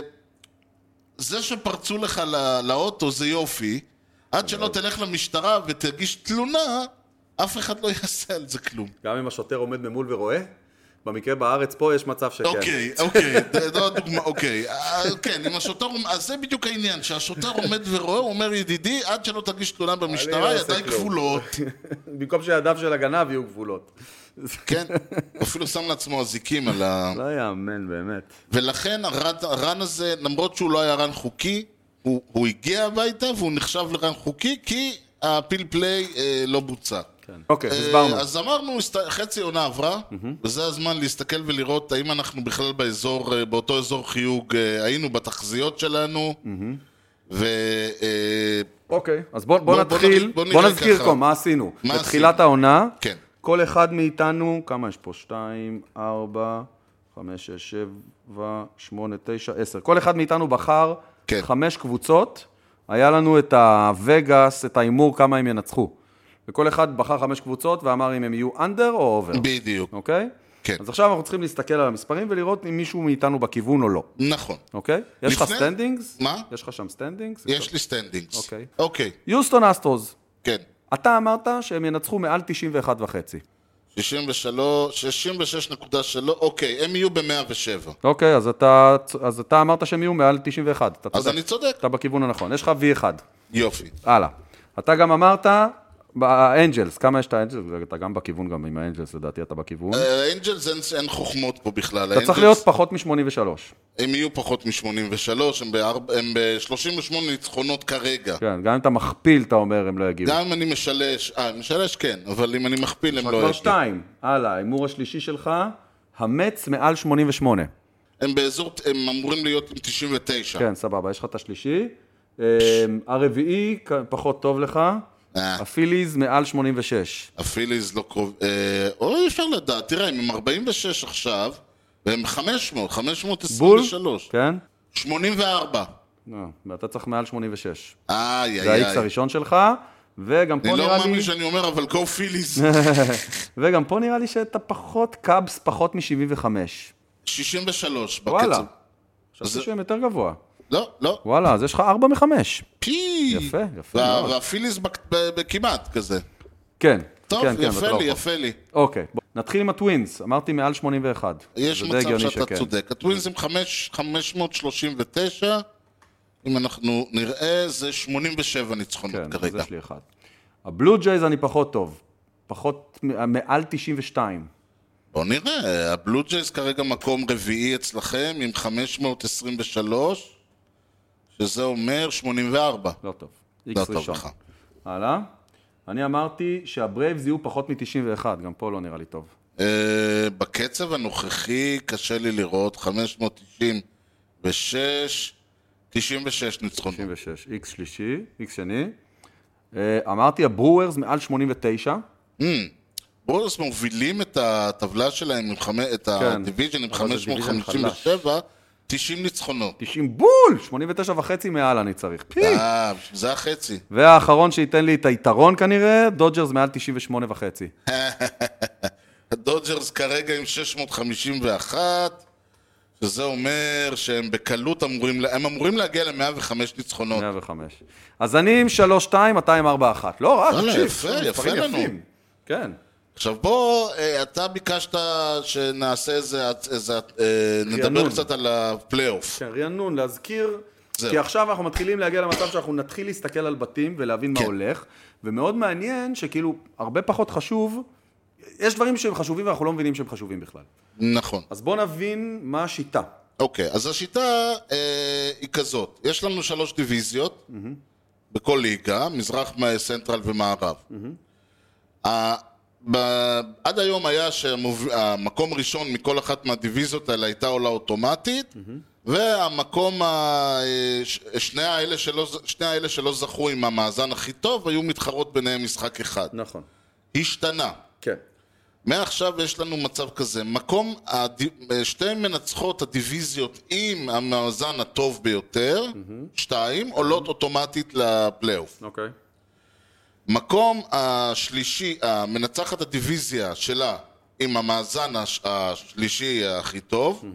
זה שפרצו לך לא- לאוטו זה יופי, עד שלא תלך למשטרה ותגיש תלונה, אף אחד לא יעשה על זה כלום. גם אם השוטר עומד ממול ורואה, במקרה בארץ פה יש מצב שכן. אוקיי, אוקיי, זו הדוגמה, אוקיי. אה, כן, אם השוטר, אז זה בדיוק העניין, שהשוטר עומד ורואה, הוא אומר ידידי, עד שלא תגיש תלונה אני לא במשטרה, אעשה ידיי כלום." כבולות. במקום שידיו של הגנב יהיו גבולות. כן, אפילו שם לעצמו אזיקים על ה... לא יאמן באמת. ולכן הרן, הרן הזה, למרות שהוא לא היה רן חוקי, הוא, הוא הגיע הביתה והוא נחשב לרן חוקי, כי הפיל פליי אה, לא בוצע. אוקיי, אה, הסברנו. אז אמרנו, הסת- חצי עונה עברה, וזה הזמן להסתכל ולראות האם אנחנו בכלל באזור, אה, באותו אזור חיוג, אה, היינו בתחזיות שלנו, ו... אה, אוקיי, אז בוא, בוא, בוא- בוא נתחיל, נגיד- בוא בוא, נראה נזכיר ככה. פה מה עשינו. מה בתחילת עשינו? העונה, כן. כל אחד מאיתנו, כמה יש פה? שתיים, ארבע, חמש, שש, שבע, שמונה, תשע, עשר. כל אחד מאיתנו בחר כן. חמש קבוצות. היה לנו את הווגאס, את האימור, כמה הם ינצחו. וכל אחד בחר חמש קבוצות ואמר אם הם יהיו אנדר או אובר. בדיוק, אוקיי? כן. אז עכשיו אנחנו צריכים להסתכל על המספרים ולראות אם מישהו מאיתנו בכיוון או לא. נכון. אוקיי? יש לך לפני- סטנדינגס? מה? יש לך שם סטנדינגס? יש לי סטנדינגס. אוקיי. אוקיי, יוסטון אסטרוז. כן. אתה אמרת שהם ינצחו מעל תשעים ואחת וחצי. שישים ושלוש, שישים ושש נקודה שלוש, אוקיי, הם יהיו ב-מאה ושבע. אוקיי, אז אתה, אז אתה אמרת שהם יהיו מעל תשעים ואחת. אתה אז צודק. אני צודק. אתה בכיוון הנכון. יש לך וי אחד. יופי. הלאה. אתה גם אמרת, האנג'לס, כמה יש את האנג'לס? אתה גם בכיוון, גם עם האנג'לס, לדעתי אתה בכיוון. האנג'לס אין, אין חוכמות פה בכלל. אתה צריך האנג'לס, להיות פחות מ-שמונים ושלוש. הם יהיו פחות מ-שמונים ושלוש, הם ב-שלושים ושמונה ניצחונות כרגע. כן, גם אם אתה מכפיל, אתה אומר, הם לא יגיעו. גם אם אני משלש, אה, משלש כן, אבל אם אני מכפיל הם לא כבר יגיעו. שתיים. הלאה, ההימור השלישי שלך, המץ מעל שמונים ושמונה. הם באזור, הם אמורים להיות עם תשעים ותשע. כן, סבבה, יש לך את השלישי. הרביעי, פחות טוב לך. אה. הפיליז מעל שמונים ושש. הפיליז לא קרוב, אה, או אפשר לדעת, תראה, הם עם ארבעים ושש עכשיו, והם חמש מאות, חמש מאות עשרים בול? ושלוש. כן? שמונים וארבע. לא, ואתה צריך מעל שמונים ושש. איי, זה איי, ה-X איי. הראשון שלך, וגם פה אני לא נראה לי... מאמין שאני אומר, אבל go פיליז. וגם פה נראה לי שאתה פחות קאבס, פחות מ-שבעים וחמש. שישים ושלוש וואלה. בקצב. חשבתי זה- שהם יותר גבוה. לא, לא. וואלה, אז יש לך ארבע מחמש. פי. יפה, יפה וה- מאוד. והפיליז בק- ב- בכמעט כזה. כן. טוב, כן, כן, יפה אתה לא לי, יכול. יפה לי. אוקיי, בוא, נתחיל עם הטווינס, אמרתי מעל שמונים ואחת. יש זה די מצב הגיוני שאתה שכן. צודק. הטווינס הם חמש מאות שלושים ותשע, אם אנחנו נראה, זה שמונים ושבע ניצחונות כן, אז כרגע. יש לי אחד. הבלו ג'ייז אני פחות טוב, פחות, מעל תשעים ושתיים. בוא נראה, הבלו ג'ייז כרגע מקום רביעי אצלכם עם חמש מאות עשרים ושלוש, שזה אומר שמונים וארבע. לא טוב. לא איקס טוב ראשון. לך. הלאה. אני אמרתי שהברייבס יהיו פחות מ-תשעים ואחת, גם פה לא נראה לי טוב. Uh, בקצב הנוכחי קשה לי לראות, חמש מאות תשעים ושש, תשעים ושש ניצחונות. תשעים ושש, איקס שלישי, איקס שני. אה, אמרתי הברוארס מעל שמונים ותשע. ברורס מובילים את הטבלה שלהם, עם חמ- את הדיוויז'ן עם אבל זה חמש מאות דיוויז'ן חמישים ושבע, תשעים ניצחונות. תשעים בול! שמונים ותשע וחצי מעל אני צריך. פי! אה, זה החצי. והאחרון שייתן לי את היתרון כנראה, דודג'רס מעל תשעים ושמונה וחצי. הדודג'רס כרגע עם שש מאות חמישים ואחת, שזה אומר שהם בקלות אמורים, לה- הם אמורים להגיע ל-מאה וחמש ניצחונות. מאה וחמש. אז אני עם שלוש שתיים, אתה עם ארבע אחת. לא רע, וואלה, תקשיב. יפה, מספרים יפה לנו. יפים. כן. עכשיו בוא, אה, אתה ביקשת שנעשה איזה, איזה אה, נדבר רענון. קצת על הפלייאוף. כן, רענון, להזכיר, זהו. כי עכשיו אנחנו מתחילים להגיע למצב שאנחנו נתחיל להסתכל על בתים ולהבין מה כן. הולך, ומאוד מעניין שכאילו הרבה פחות חשוב, יש דברים שהם חשובים ואנחנו לא מבינים שהם חשובים בכלל. נכון. אז בוא נבין מה השיטה. אוקיי, אז השיטה אה, היא כזאת, יש לנו שלוש דיוויזיות בכל ליגה, מזרח, סנטרל ומערב. ה- ב- עד היום היה שהמקום הראשון מכל אחת מהדיוויזיות האלה הייתה עולה אוטומטית, והמקום, ה- ש- שני האלה שלא, שני האלה שלא זכו עם המאזן הכי טוב, היו מתחרות ביניהם משחק אחד. נכון. השתנה. כן. מעכשיו יש לנו מצב כזה, מקום, הדי- שתי מנצחות הדיוויזיות עם המאזן הטוב ביותר, שתיים, עולות אוטומטית לפלייאוף. אוקיי. מקום השלישי, המנצחת הדיוויזיה שלה עם המאזן הש- השלישי הכי טוב,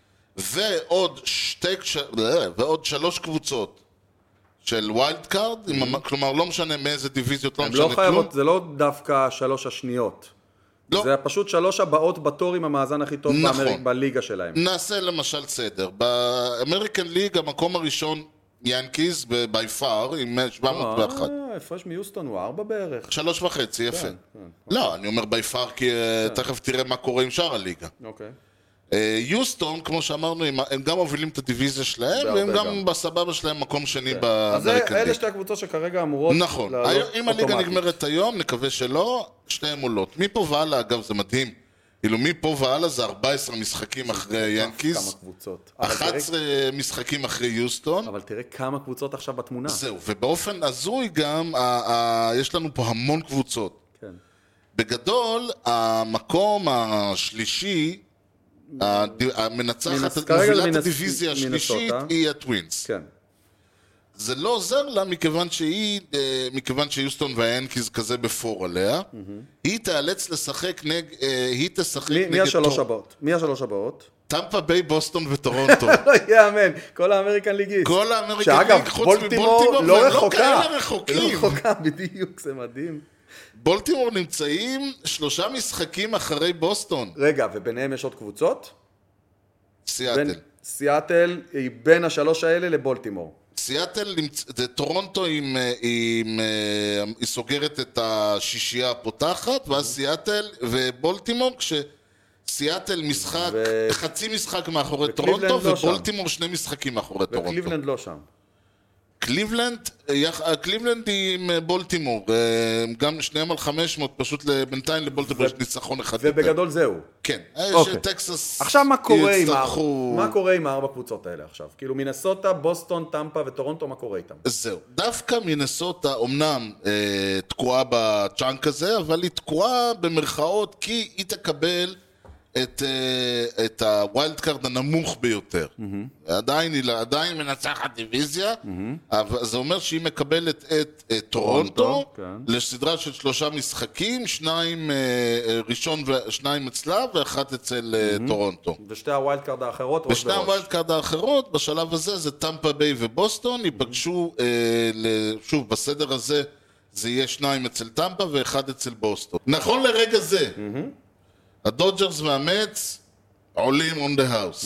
ועוד שתי, ש- ועוד שלוש קבוצות של ווילד קארד, עם המ- כלומר לא משנה מאיזה דיוויזיות, לא הן משנה לא כלום. חייבות, זה לא דווקא שלוש השניות. לא. זה פשוט שלוש הבאות בתור עם המאזן הכי טוב נכון. באמריק- בליגה שלהם. נעשה למשל סדר. באמריקן ליג המקום הראשון ינקיז בי פאר עם שבע מאות ואחת. אה, הפרש מיוסטון הוא ארבע בערך. שלוש וחצי, יפה. כן. לא, אני אומר בי פאר כי אה, תכף תראה מה קורה עם שאר הליגה. אוקיי. אה, יוסטון, כמו שאמרנו, הם- הם גם מובילים את הדיוויזיה שלהם, בהרבה והם גם גם. בסבבה שלהם מקום שני אז זה- באמריקן אלה ליג. שתי הקבוצות שכרגע אמורות נכון. לעלות היום- אם הליגה אוטומטית. נגמרת היום, נקווה שלא, שתיהן עולות. מפה והלאה, אגב, זה מדהים. כאילו, מפה והלאה זה ארבע עשרה משחקים אחרי כמה ינקיז, קבוצות. אבל אחת עשרה תראה- משחקים אחרי יוסטון. אבל תראה כמה קבוצות עכשיו בתמונה. זהו, ובאופן הזוי גם, ה- ה- יש לנו פה המון קבוצות. כן. בגדול, המקום השלישי, הד- המנצחת, מנס- כרגע זה מובילת מנס- הדיוויזיה השלישית מנסוטה. היא הטווינס. כן. זה לא עוזר לה מכיוון שהיא, אה, מכיוון שיוסטון והיאנקיז כזה בפור עליה, היא תיאלץ לשחק נג, אה, היא תשחק מי- נגד מי השלוש טור- הבאות? מי השלוש הבאות? טמפה ביי, בוסטון וטורונטו. לא יאמן, כל האמריקן ליגיסט. כל האמריקן שאגב, ליג, חוץ בולטימור מבולטימור, לא והם לא רחוקה. כאלה רחוקים. לא רחוקה, בדיוק, זה מדהים. בולטימור נמצאים שלושה משחקים אחרי בוסטון. רגע, וביניהם יש עוד קבוצות? סיאטל. בין- סיאטל היא בין השלוש האלה לבולטימור. סיאטל, נמצ- זה טורונטו עם, אה, עם, אה, היא סוגרת את השישייה הפותחת, ואז סיאטל ובולטימור, כשסיאטל משחק, ו- חצי משחק מאחורי וקליבלנד טורונטו, לא שם. ובולטימור שני משחקים מאחורי טורונטו. וקליבלנד לא שם. קליבלנד, אה, יח- אה, קליבלנד היא עם אה, בולטימור, אה, גם שניהם על חמש מאות, פשוט בינתיים לבולטימור יש ניצחון אחד יותר. ובגדול זהו. כן, אה, אוקיי. שטקסס עכשיו מה קורה עם ה- יצטרכו... מה קורה עם הארבע קבוצות האלה עכשיו? כאילו מינסוטה, בוסטון, טמפה וטורונטו, מה קורה איתם? זהו, דווקא מינסוטה אומנם אה, תקועה בצ'אנק הזה, אבל היא תקועה במרכאות כי היא תקבל את, אה, את הווילד קארד הנמוך ביותר. Mm-hmm. עדיין היא עדיין מנצחת דיוויזיה, mm-hmm. אבל זה אומר שהיא מקבלת את, את טורונטו, טורונטו, כן. לסדרה של שלושה משחקים, שניים אה, אה, ראשון ושניים אצלה ואחת אצל mm-hmm. טורונטו. ושתי הווילד קארד האחרות עוד בשני הווילד קארד האחרות, בשלב הזה זה טמפה ביי ובוסטון, ייפגשו, אה, ל- שוב, בסדר הזה, זה יהיה שניים אצל טמפה ואחד אצל בוסטון. נכון לרגע זה, הדודג'רס והמץ עולים on the house.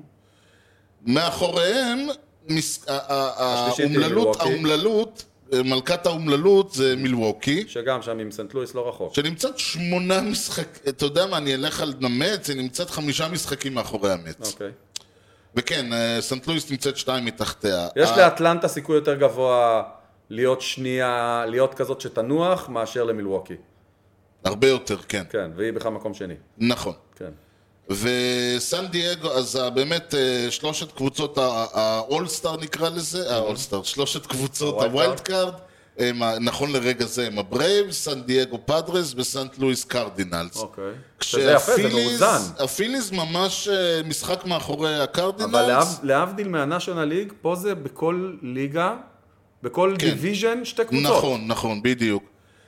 מאחוריהם, מס- ה- ה- השלישית היא האומללות, מילווקי. האומללות, מלכת האומללות זה מילווקי, שגם שם עם סנט לואיס לא רחוק. שנמצאת שמונה משחקים, אתה יודע מה, אני אלך על המץ, היא נמצאת חמישה משחקים מאחורי המץ. אוקיי. וכן, אה, סנט לואיס נמצאת שתיים מתחתיה. יש ה- לאטלנטה סיכוי יותר גבוה להיות שנייה, להיות כזאת שתנוח, מאשר למילווקי. הרבה יותר, כן. כן, והיא בכלל מקום שני. נכון. כן. וסן דייגו, אז ה- באמת אה, שלושת קבוצות האולסטאר נקרא לזה, האולסטאר, שלושת קבוצות הווילד הווילד קארד, הם ה- נכון לרגע זה הם הברייבס, סן דייגו פאדרס וסנט לואיס קרדינלס. אוקיי. שזה יפה, זה מאוזן. הפיליז ממש אה, משחק מאחורי הקרדינלס. אבל להב, להבדיל מהנשיונל ליג, פה זה בכל ליגה, בכל כן. דיוויז'ן, שתי קבוצות. נכון, נכון, בדיוק.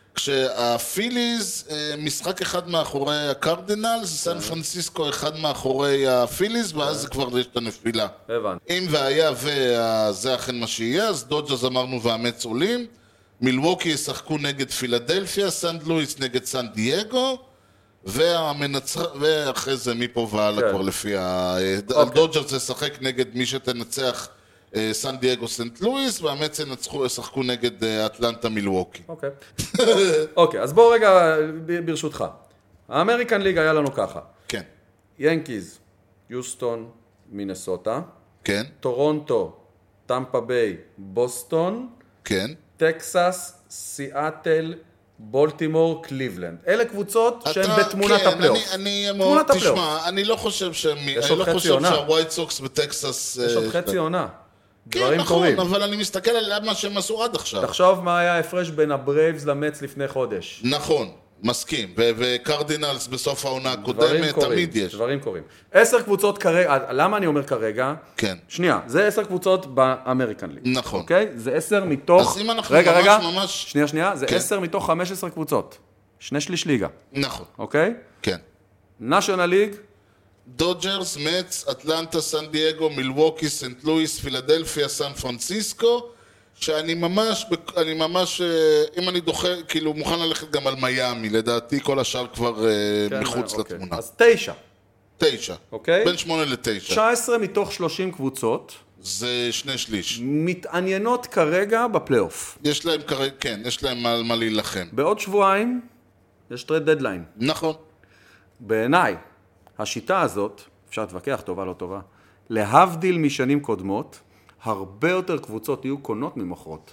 כשהפיליז, אה, משחק אחד מאחורי הקרדינלס, סן פרנסיסקו אחד מאחורי הפיליז, ואז זה כבר יש את הנפילה. הבנתי. אם והיה וזה אכן מה שיהיה, אז דודג'רס אמרנו והמץ עולים, מילווקי ישחקו נגד פילדלפיה, סנט לואיס נגד סן דייגו, והמנצח... ואחרי זה מפה והלאה כן. כבר לפי ה... אוקיי. הדודג'רס ישחק נגד מי שתנצח אה, סן דייגו סנט לואיס, והמץ ינצחו, ישחקו נגד אה, אטלנטה מילווקי. אוקיי. אוקיי, אז בואו רגע, ב- ברשותך. האמריקן ליג היה לנו ככה. כן, ינקיז, יוסטון, מינסוטה, כן, טורונטו, טמפה ביי, בוסטון, כן. טקסס, סיאטל, בולטימור, קליבלנד. אלה קבוצות שהן אתה- בתמונת כן, הפלייאוף. אני, אני מאוד, תמונת הפלייאוף. תשמע, אני לא חושב שהם... אני עוד לא חצי חושב עונה. שהווייט סוקס בטקסס... יש עוד אה, חצי עונה. כן, דברים נכון, קורים. אבל אני מסתכל על מה שהם עשו עד עכשיו. תחשוב מה היה ההפרש בין הברייבס למץ לפני חודש. נכון, מסכים. ו- וקרדינלס בסוף העונה דברים הקודמת, קורים, תמיד יש. דברים קורים. עשר קבוצות כרגע, למה אני אומר כרגע? כן. שנייה, זה עשר קבוצות באמריקן ליג. נכון. אוקיי? זה עשר מתוך... אז אם אנחנו רגע, ממש רגע, ממש- שנייה, שנייה, זה כן. עשר מתוך חמש עשרה קבוצות. שני שליש ליגה, נכון, אוקיי? כן. נשיונל ליג, דודג'רס, מצ, אטלנטה, סן דייגו, מילווקי, סנט לואיס, פילדלפיה, סן פרנסיסקו, שאני ממש, אני ממש, אה, אם אני דוחה, כאילו מוכן ללכת גם על מיאמי, לדעתי כל השאר כבר אה, כן, מחוץ אוקיי. לתמונה. אז תשע, תשע. אוקיי? בין שמונה לתשע. תשע עשרה מתוך שלושים קבוצות זה שני שליש. מתעניינות כרגע בפלייאוף. יש להם כרגע, כן, יש להם מה, מה להילחם. בעוד שבועיים יש טרייד דדליין. נכון. בעיניי, השיטה הזאת, אפשר להתווכח טובה לא טובה, להבדיל משנים קודמות, הרבה יותר קבוצות יהיו קונות ממוכרות.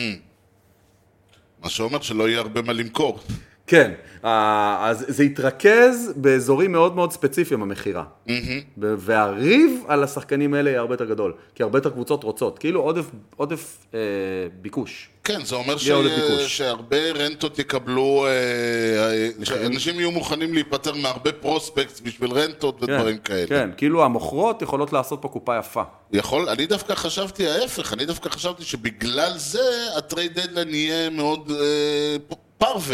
מה שאומר שלא יהיה הרבה מה למכור. כן, אה, אז זה יתרכז באזורים מאוד מאוד ספציפיים המחירה. ו- והריב על השחקנים האלה יהיה הרבה יותר גדול, כי הרבה יותר קבוצות רוצות, כאילו עודף, עודף אה, ביקוש. כן, זה אומר ש... יהיה עודף ביקוש. שהרבה רנטות יקבלו, אה, שאנשים יהיו מוכנים להיפטר מהרבה פרוספקטס בשביל רנטות ודברים כן, כאלה. כן, כאילו המוכרות יכולות לעשות פה קופה יפה. יכול, אני דווקא חשבתי ההפך, אני דווקא חשבתי שבגלל זה הטרייד דדליין יהיה מאוד אה, פרווה.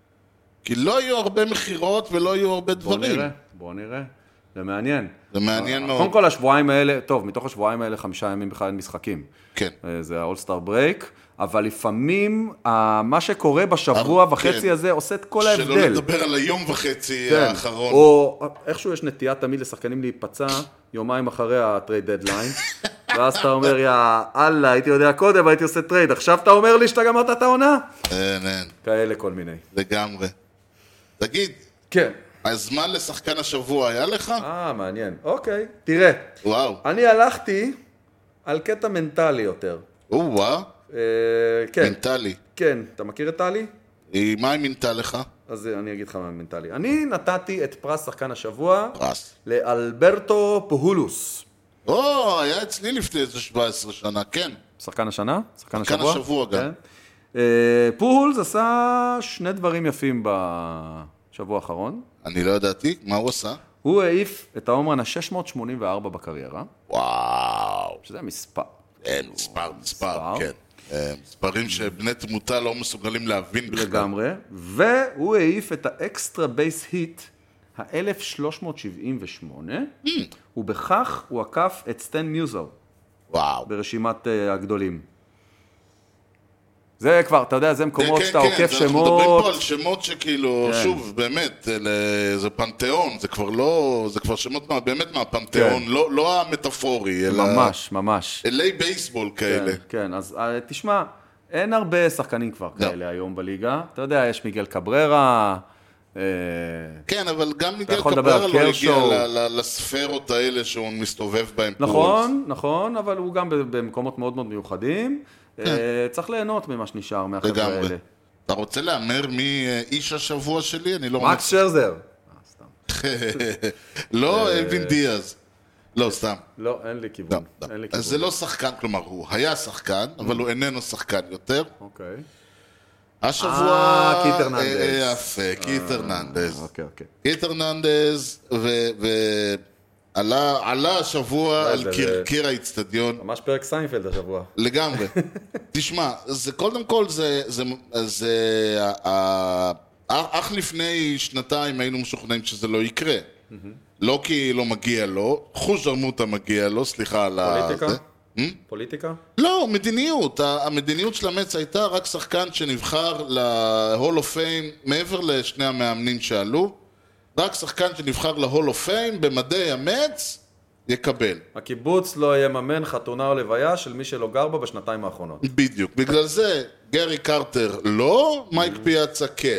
כי לא יהיו הרבה מחירות ולא יהיו הרבה בוא דברים. נראה, בוא נראה. זה מעניין. זה מעניין מאוד. קודם כל השבועיים האלה, טוב, מתוך השבועיים האלה חמישה ימים בכלל אין משחקים. כן. אה, זה האולסטאר ברייק, אבל לפעמים אה, מה שקורה בשבוע כן. וחצי הזה עושה את כל שלא ההבדל. לדבר על היום וחצי כן. האחרון. או איכשהו יש נטייה תמיד לשחקנים להיפצע יומיים אחרי הטרייד דדליין, ואז אתה אומר, יא אללה, הייתי יודע קודם, הייתי עושה טרייד, עכשיו אתה אומר לי שאתה גמרת את העונה? אין, אין, כאלה כל מיני. לגמרי. תגיד, כן. הזמן לשחקן השבוע היה לך? אה, מעניין. אוקיי, תראה. וואו. אני הלכתי על קטע מנטלי יותר. או, וואו. אה, כן, מנטלי. כן. אתה מכיר את טלי? היא- מה היא מינתה לך? אז אני אגיד לך מה מנטלי. אני נתתי את פרס שחקן השבוע פרס. לאלברטו פוהולוס. או, היה אצלי לפני איזה שבע עשרה שנה, כן. שחקן השנה? שחקן שחקן השבוע? השבוע גם. כן. אה, פוהולס עשה שני דברים יפים בשבוע האחרון. אני לא ידעתי, מה הוא עשה? הוא העיף את ההומרן ה-שש מאות שמונים וארבע בקריירה, וואו. שזה מספר. אין, מספר, מספר, מספר. כן. אה, מספרים שבני תמותה לא מסוגלים להבין בכלל. לגמרי, והוא העיף את האקסטרה בייס היט ה-אלף שלוש מאות שבעים ושמונה, ובכך הוא עקף את סטן מיוזר וואו. ברשימת uh, הגדולים. זה כבר, אתה יודע, זה מקומות כן, שאתה כן, עוקף זה- אנחנו מדברים שמות. פה על שמות שכאילו, כן. שוב, באמת, אלה- זה פנתיאון, זה כבר לא, זה כבר שמות מה- באמת מהפנתיאון, כן. לא לא המטאפורי, אלא ממש, ממש. אלי בייסבול כאלה. כן, כן, אז אה, תשמע, אין הרבה שחקנים כבר לא. כאלה היום בליגה. אתה יודע, יש מיגל קבררה, אה, כן, אבל גם מיגל יכול לדבר קבררה על לא הגיע קרשו. ל- ל- לספרות האלה שהוא מסתובב בהן. נכון, נכון, אבל הוא גם במקומות מאוד מאוד מיוחדים. כן. אה, צריך ליהנות ממה שנשאר מהחבר'ה לגמרי. האלה. אתה רוצה להמר מי אה, איש השבוע שלי? אני לא... מקס שרזר. אה, סתם. לא, אלווין דיאז. לא, סתם. לא, אין לי לא, כיוון. לא. אין לי כיוון. אז זה לא שחקן, כלומר, הוא היה שחקן, אבל הוא איננו שחקן יותר. אוקיי. השבוע... אה, קיט הרננדז. אה, יפה, קיט הרננדז. אוקיי, אוקיי. קיט הרננדז, ועלה עלה השבוע זה- על זה- קרקיר האיצטדיון. ממש פרק סיינפלד השבוע. לגמרי. תשמע, זה קודם כל, זה... זה, זה ה- אך לפני שנתיים היינו משוכנעים שזה לא יקרה. לא כי לא מגיע לו, חוש זרמוטה מגיע לו, סליחה על ה... פוליטיקה? זה. פוליטיקה? לא, מדיניות. המדיניות של המץ הייתה רק שחקן שנבחר להול אוף פיים, מעבר לשני המאמנים שעלו, רק שחקן שנבחר להול אוף פיים במדי המץ יקבל. הקיבוץ לא יממן חתונה או לוויה של מי שלא גר בה בשנתיים האחרונות. בדיוק. בגלל זה גרי קרטר לא, מייק פיאצה כן.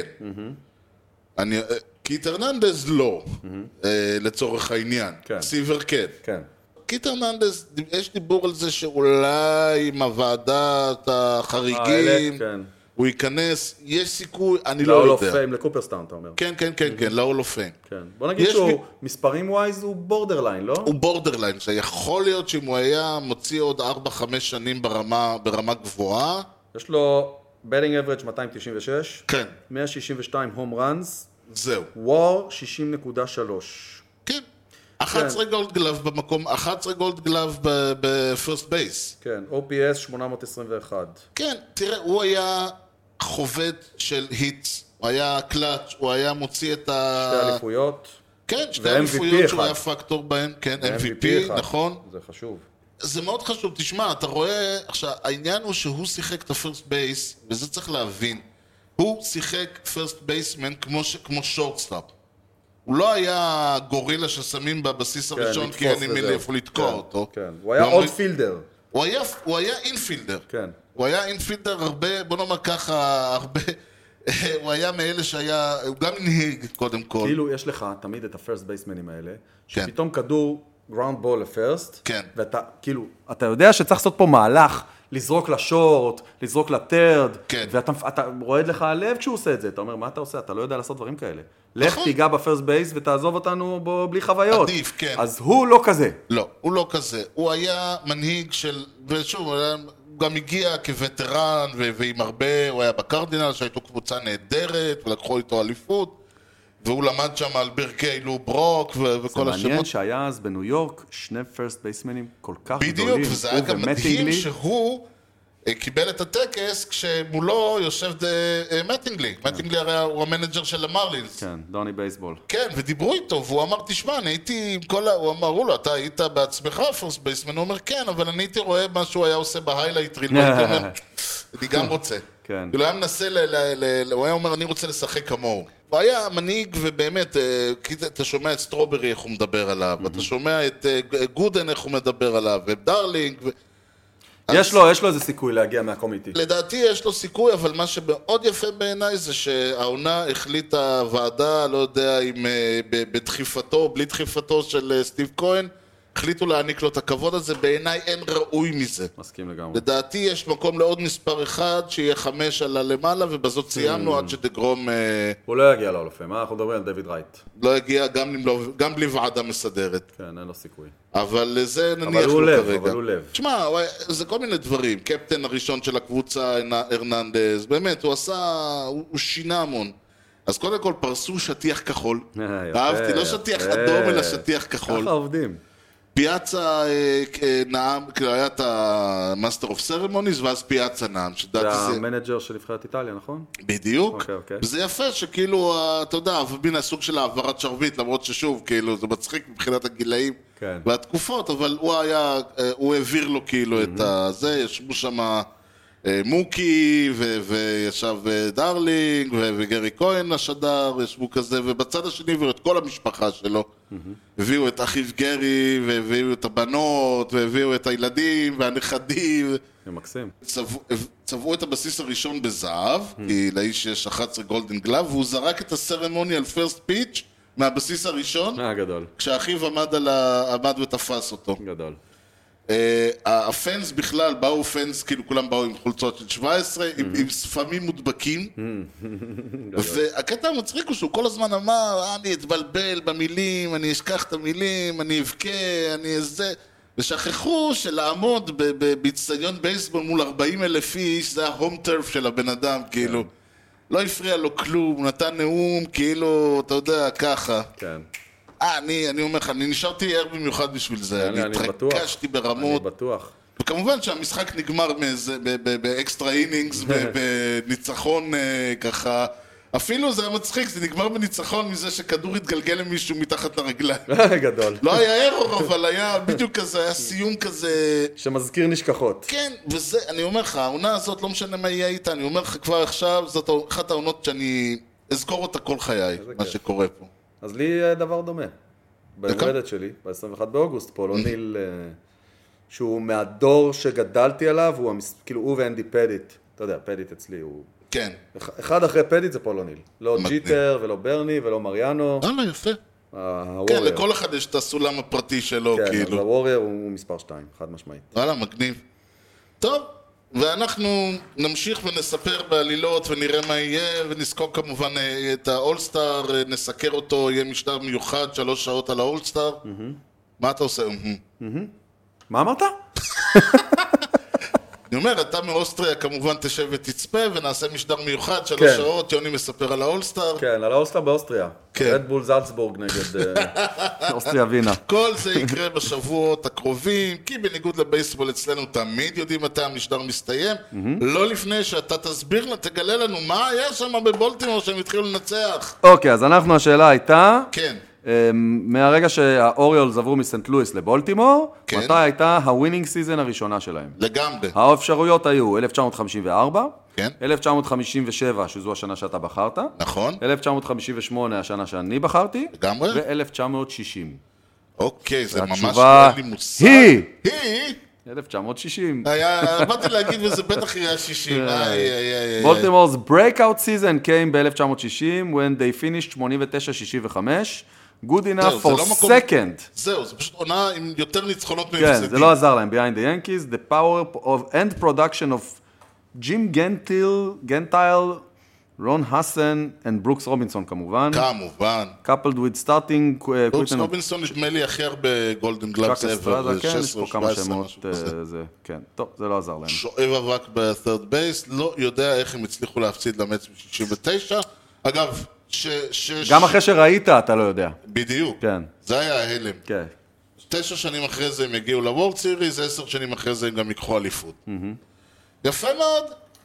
אני... קיט הרננדז לא, אה, לצורך העניין. כן. סיבר כן. כן. קיט הרננדז, יש דיבור על זה שאולי עם הוועדת החריגים, האלה, כן. הוא ייכנס, יש סיכוי, אני ל-Hall לא of יודע. Fame, לקופרסטאון, אתה אומר. כן, כן, כן, כן, ל-Hall of Fame. כן. בוא נגיד יש שהוא, לי- מספרים ווייז הוא בורדרליין, לא? הוא בורדרליין, שיכול להיות שאם הוא היה מוציא עוד ארבע חמש שנים ברמה, ברמה גבוהה, יש לו בטינג אברג' מאתיים תשעים ושש, כן, מאה שישים ושתיים הום ראנס, זהו. וור שישים נקודה שלוש. כן. אחת עשרה גולד גלאב במקום, אחת עשרה גולד גלאב בפרסט בייס. כן, או פי אס שמונה מאות עשרים ואחת. כן, תראה, הוא היה חובד של היטס, הוא היה קלאץ', הוא היה מוציא את ה... שתי אליפויות. כן, שתי ו-אם וי פי אליפויות שהוא אחד. היה פקטור בהן, כן, ו-אם אם וי וי פי פי, אחד. נכון. זה חשוב. זה מאוד חשוב, תשמע, אתה רואה, עכשיו, העניין הוא שהוא שיחק את הפרסט בייס, וזה צריך להבין, הוא שיחק פרסט בייסמן כמו, ש... כמו שורטסטאפ. הוא לא היה גורילה ששמים בבסיס הראשון, כי אין עם מי לאיפה לתקוע כן, אותו. כן, הוא היה ואומרים- עוד פילדר. הוא היה, הוא היה אינפילדר. כן. הוא היה אינפילדר הרבה, בוא נאמר ככה, הרבה... הוא היה מאלה שהיה, הוא גם הנהיג קודם כל. כאילו יש לך תמיד את הפרסט בייסמנים האלה, כן. שפתאום כדור גראונד בול לפרסט, כן. ואתה כאילו, אתה יודע שצריך לעשות פה מהלך, לזרוק לשורט, לזרוק לטרד, כן. ואתה אתה רועד לך הלב כשהוא עושה את זה, אתה אומר, מה אתה עושה? אתה לא יודע לעשות דברים כאלה. לך נכון. תיגע בפרסט בייס ותעזוב אותנו בו בלי חוויות. עדיף, כן. אז הוא לא כזה. לא, הוא לא כזה. הוא היה מנהיג של, ושוב, הוא היה- הוא גם הגיע כווטרן, ו- ועם הרבה, הוא היה בקרדינל, שהייתו קבוצה נהדרת, ולקחו איתו אליפות, והוא למד שם על ברכי לו ברוק, ו- זה וכל מעניין השמות. שהיה אז בניו יורק שני פרסט בייסמנים כל כך בדיוק, גדולים. וזה היה הוא גם מדהים ומטינגלי. שהוא אה, קיבל את הטקס כשמולו יושב ד- אה, מטינגלי. מטינגלי הרי הוא המנג'ר של המרלינס. כן, דוני בייסבול. כן, ודיברו איתו, והוא אמר, תשמע, אני הייתי עם כל ה... הוא אמרו לו, אתה היית בעצמך פרסט בייסמן? הוא אומר, כן, אבל אני הייתי רואה מה שהוא היה עושה בהיילייט ריל, והייתי אומר, אני גם רוצה. כן. כאילו, היה מנסה, ל- ל- ל- הוא היה אומר, אני רוצה לשחק כמוהו. הוא היה מנהיג, ובאמת, אה, כי אתה שומע את סטרוברי, איך הוא מדבר עליו, אתה שומע את אה, גודן, איך הוא מדבר עליו, ודרלינג, ו... יש לו, יש לו איזה סיכוי להגיע מהקומיטי. לדעתי יש לו סיכוי, אבל מה שמאוד יפה בעיניי זה שהעונה החליטה ועדה, לא יודע אם אה, ב- בדחיפתו, בלי דחיפתו של אה, סטיב כהן, החליטו להעניק לו את הכבוד הזה, בעיניי אין ראוי מזה. מסכים לגמרי. לדעתי יש מקום לעוד מספר אחד, שיהיה חמש על הלמעלה, ובזאת סיימנו עד שדגרום אה, הוא לא יגיע לאולפים, אה? אנחנו מדברים על דויד רייט. לא יגיע גם, אם לא, גם בלי ועדה מסדרת. כן, אין לו סיכוי. אבל זה נניח הוא לו לב, כרגע. אבל הוא לב. תשמע, הוא היה- זה כל מיני דברים. קפטן הראשון של הקבוצה, הרננדז, באמת, הוא עשה, הוא, הוא שינה המון. אז קודם כל פרסו שטיח כחול. אה, יפה, אהבתי, לא שטיח יפה. אדום, אלא שטיח כחול. ככה עובדים. פיאצה אה, אה, נאם, כאילו היה את המאסטר אוף סרמוניז, ואז פיאצה נאם. זה שדעתי זה... המנג'ר של נבחרת איטליה, נכון? בדיוק, אוקיי, אוקיי. וזה יפה שכאילו, ה- אתה יודע, מן הסוג של העברת שרביט, למרות ששוב, כאילו, זה מצחיק מבחינת הגילאים כן. והתקופות, אבל הוא היה, אה, הוא העביר לו כאילו את הזה, ישבו שם אה, מוקי, ו- וישב אה, דרלינג, ו- וגרי כהן השדר, ישבו כזה, ובצד השני הביאו את כל המשפחה שלו. הביאו את אחיו גרי, והביאו את הבנות, והביאו את הילדים, והנכדים. זה מקסים. צבעו, צבעו את הבסיס הראשון בזהב, כי לאיש יש אחת עשרה גולדן גלאב, והוא זרק את הסרמוני על פרסט פיץ' מהבסיס הראשון, אה, גדול. כשאחיו עמד, על ה... עמד ותפס אותו. גדול. Uh, הפנס בכלל, באו פנס, כאילו כולם באו עם חולצות של שבע עשרה, עם, עם ספמים מודבקים, והקטע המצחיק הוא שהוא כל הזמן אמר, אני אתבלבל במילים, אני אשכח את המילים, אני אבכה, אני איזה... ושכחו שלעמוד באצטדיון בייסבול מול ארבעים אלף איש, זה ההום טרף של הבן אדם, כאילו. לא הפריע לו כלום, הוא נתן נאום, כאילו, אתה יודע, ככה. כן. אה, אני, אני אומר לך, אני נשארתי ער במיוחד בשביל זה. אני, אני אני בטוח. התרכשתי ברמות. אני בטוח. וכמובן שהמשחק נגמר מאיזה, ב- ב- באקסטרה אינינגס, ב- בניצחון אה, ככה. אפילו זה היה מצחיק, זה נגמר בניצחון מזה שכדור התגלגל למישהו מתחת לרגליים. גדול. לא היה ארור, אבל היה בדיוק כזה, היה סיום כזה... שמזכיר נשכחות. כן, וזה, אני אומר לך, העונה הזאת, לא משנה מה יהיה איתה, אני אומר לך כבר עכשיו, זאת אחת העונות שאני אזכור אותה כל חיי, מה כיף. שקורה פה. אז לי אה, דבר דומה. ביום הולדת שלי, ב-עשרים ואחד באוגוסט, פול אוניל, אה, שהוא מהדור שגדלתי עליו, הוא המס... כאילו הוא ואנדי פדיט. אתה יודע, פדיט אצלי הוא... כן. אחד אחרי פדיט זה פול אוניל. לא מדהים. ג'יטר ולא ברני ולא מריאנו. הלאה, יפה. כן, הוורייר. לכל אחד יש את הסולם הפרטי שלו, כן, אז כאילו. הוורייר הוא מספר שתיים, חד משמעית. וואלה, מגניב. טוב, ואנחנו נמשיך ונספר בעלילות ונראה מה יהיה, ונזכור כמובן אה, את האולסטאר, אה, נסקר אותו, יהיה משדר מיוחד, שלוש שעות על האולסטאר. מה אתה עושה? מהמם. מה אמרת? אני אומר, אתה מאוסטריה כמובן תשב ותצפה, ונעשה משדר מיוחד, שלוש כן. שעות, יוני מספר על האולסטאר. כן, על האוסטר באוסטריה. כן. רדבול זלצבורג נגד אה, אוסטריה וינה. כל זה יקרה בשבועות הקרובים, כי בניגוד לבייסבול אצלנו תמיד יודעים מתי המשדר מסתיים, לא לפני שאתה תסביר, תגלה לנו מה היה שם בבולטימור שהם התחילו לנצח. אוקיי, אז אנחנו, השאלה הייתה, כן. אה, מהרגע שהאוריולס עברו מסנט לואיס לבולטימור, כן. מתי הייתה הווינינג סיזן הראשונה שלהם? לגמרי. האפשרויות היו אלף תשע מאות חמישים וארבע, כן. אלף תשע מאות חמישים ושבע, שזו השנה שאתה בחרת, נכון. אלף תשע מאות חמישים ושמונה, השנה שאני בחרתי, לגמרי. ו-אלף תשע מאות שישים. אוקיי, זה ממש והתשובה לא אין לי מושג. היא היא? אלף תשע מאות שישים. היה, באתי להגיד וזה בטח יהיה שישים. איי, איי, איי. בולטימור's breakout season came ב-אלף תשע מאות שישים, when they finished שמונים ותשע שישים וחמש, good זהו, enough זה for לא מקום- second. זהו, זה פשוט עונה עם יותר ניצחונות כן, מהפסדים. זה לא עזר להם, behind the Yankees, the power of and production of ג'ים גנטיל, גנטייל, רון הסן and ברוקס רובינסון כמובן. כמובן. coupled with starting uh, ברוקס quitting of רובינסון נדמה לי הכי הרבה גולדן גלאבס צ'אק אסטרדה, ever, כן, יש שש עשרה פה או כמה שבע עשרה, שמות, משהו כזה. אה, זה, כן, טוב, זה לא עזר להם. שואב אבק בת'רד בייס, לא יודע איך הם הצליחו להפסיד למץ ב-שישים ותשע. אגב, ש... ש... גם אחרי שראית, אתה לא יודע. בדיוק. כן. זה היה ההלם. כן. תשע שנים אחרי זה הם הגיעו לוורד סיריז, עשר שנים אחרי זה הם גם ייקחו אליפות. יפה מאוד.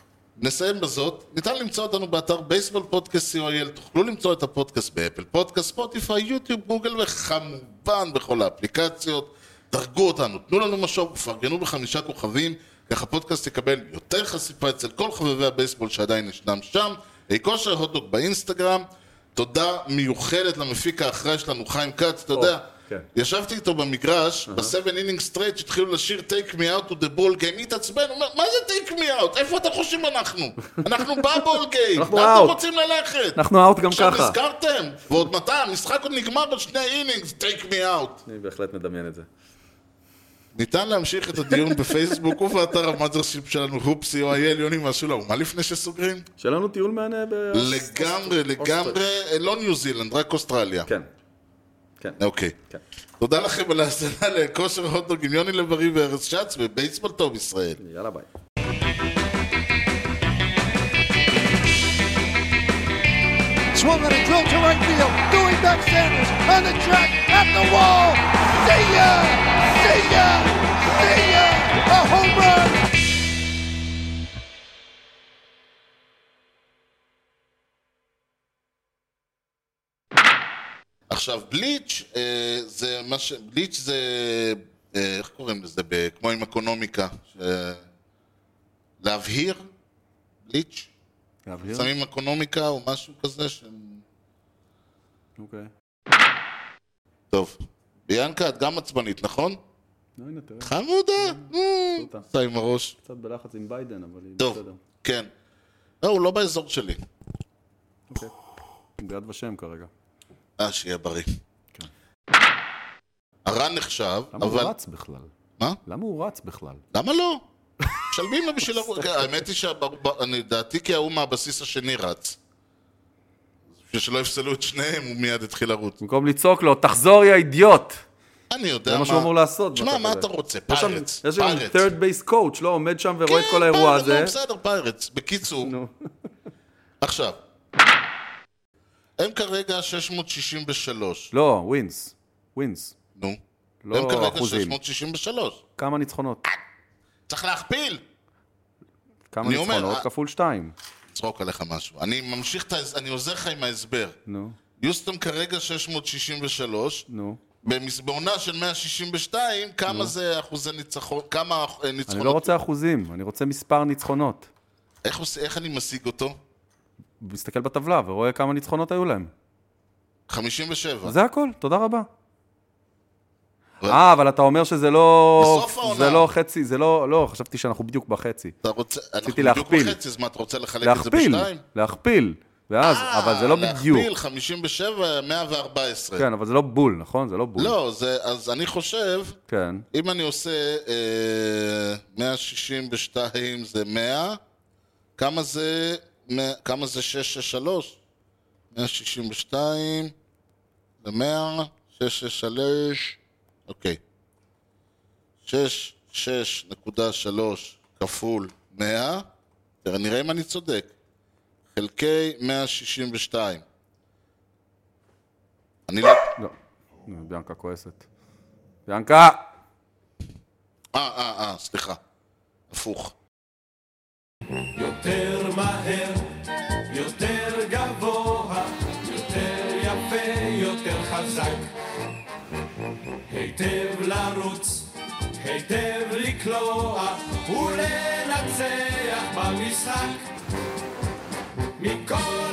נסיים בזאת. ניתן למצוא אותנו באתר בייסבול פודקאסט סי או איי אל. תוכלו למצוא את הפודקאסט באפל פודקאסט, ספוטיפיי, יוטיוב, גוגל וכמובן בכל האפליקציות. דרגו אותנו, תנו לנו משוב, פרגנו בחמישה כוכבים, כך הפודקאסט יקבל יותר חשיפה אצל כל חובבי הבייסבול שעדיין ישנם שם. אי כושר הוטדוג באינסטגרם. תודה מיוחדת למפיק האחראי שלנו, חיים כץ, אתה יודע. כן. ישבתי איתו במגרש, בסבן אינינג סטרייט, שהתחילו לשיר Take me out to the ball game, התעצבן, הוא אומר, מה זה Take me out? איפה אתם חושבים אנחנו? אנחנו בבול גיים, אנחנו לאן out. אתם רוצים ללכת? אנחנו אאוט גם עכשיו ככה. נזכרתם? ועוד מתי? המשחק עוד נגמר בשני אינינגס, Take me out. אני בהחלט מדמיין את זה. ניתן להמשיך את הדיון בפייסבוק ובאתר המאזרשיפ שלנו, הופסי או אייל, יוני משהו, מה לפני שסוגרים? שיהיה לנו טיול מהנה ב... לגמרי, לגמרי, לא ניו זילנד, רק אוסטרליה. כן. כן. אוקיי. כן. תודה לכם על ההאזנה לכושר הוטדוג עם יוני לב-ארי וארז שץ ובייסבול טוב ישראל. יאללה ביי. Swung on a drill to right field. Doing back Sanders on the track at the wall. See ya! See ya! See ya! A home run! עכשיו, בליץ' אה, זה מה ש... בליץ' זה... אה, איך קוראים לזה? ב- כמו עם אקונומיקה. ש... להבהיר, בליץ', להבהיר? שמים אקונומיקה או משהו כזה שהם... אוקיי. טוב. ביאנקה, את גם עצבנית, נכון? לא, הנה, תראה. חמודה. אותה. עשה עם הראש. קצת בלחץ עם ביידן, אבל היא טוב, בסדר. כן. לא, הוא לא באזור שלי. אוקיי. ביד ושם כרגע. אה, שיהיה בריא. כן. הרן נחשב, למה אבל... הוא רץ בכלל? מה? למה הוא רץ בכלל? למה לא? משלמים לו בשביל... הר- האמת היא שדעתי כי ההוא מהבסיס השני רץ. בשביל שלא יפסלו את שניהם, הוא מיד התחיל לרוץ. במקום לצעוק לו, תחזור יא אידיוט! אני יודע זה מה... מה שהוא אמור לעשות. תשמע, בטח מה כזה. אתה רוצה? יש שם- פיירטס. יש שם פיירטס. third base coach, לא? עומד שם ורואה את כל כן, האירוע פיירטס, הזה. לא, בסדר, פיירטס. בקיצור, נו. עכשיו. הם כרגע שש מאות שישים ושלוש. לא, ווינס. ווינס. נו. לא הם כרגע אחוזים. שש מאות שישים ושלוש. כמה ניצחונות? צריך להכפיל. כמה אני אומר, ניצחונות? אה- כפול שתיים. צחוק עליך משהו. אני ממשיך את ה... אני עוזר לך עם ההסבר. נו, יוסטון כרגע שש מאות שישים ושלוש. נו. במס- בעונה של מאה שישים ושתיים, כמה זה אחוזי ניצחון? כמה אה, ניצחונות? אני לא רוצה אחוזים, אני רוצה מספר ניצחונות. איך, עושה- איך אני משיג אותו? מסתכל בטבלה ורואה כמה ניצחונות היו להם. חמישים ושבע. זה הכל, תודה רבה. אבל- אה, אבל אתה אומר שזה לא... בסוף העונה. זה לא חצי, זה לא... לא, חשבתי שאנחנו בדיוק בחצי. אתה רוצה... אנחנו בדיוק להכפיל. בחצי, אז מה, אתה רוצה לחלק את זה להכפיל, בשתיים? להכפיל. ואז, אבל זה לא בדיוק. להכפיל, חמישים ושבע, מאה וארבע עשרה. כן, אבל זה לא בול, נכון? זה לא בול. לא, זה, אז אני חושב, כן. אם אני עושה אה, מאה שישים ושתיים זה מאה, כמה זה, מאה, כמה זה שש שש שלוש? מאה שישים ושתיים זה מאה, שש שש שלוש, אוקיי. שש שש נקודה שלוש כפול מאה, תראה, נראה אם אני צודק. חלקי מאה שישים ושתיים. אני לא... לא. ביאנקה כועסת. ביאנקה! אה, אה, אה, סליחה. הפוך. יותר מהר, יותר גבוה, יותר יפה, יותר חזק. היטב לרוץ, היטב לקלוע ולנצח במשחק. מכל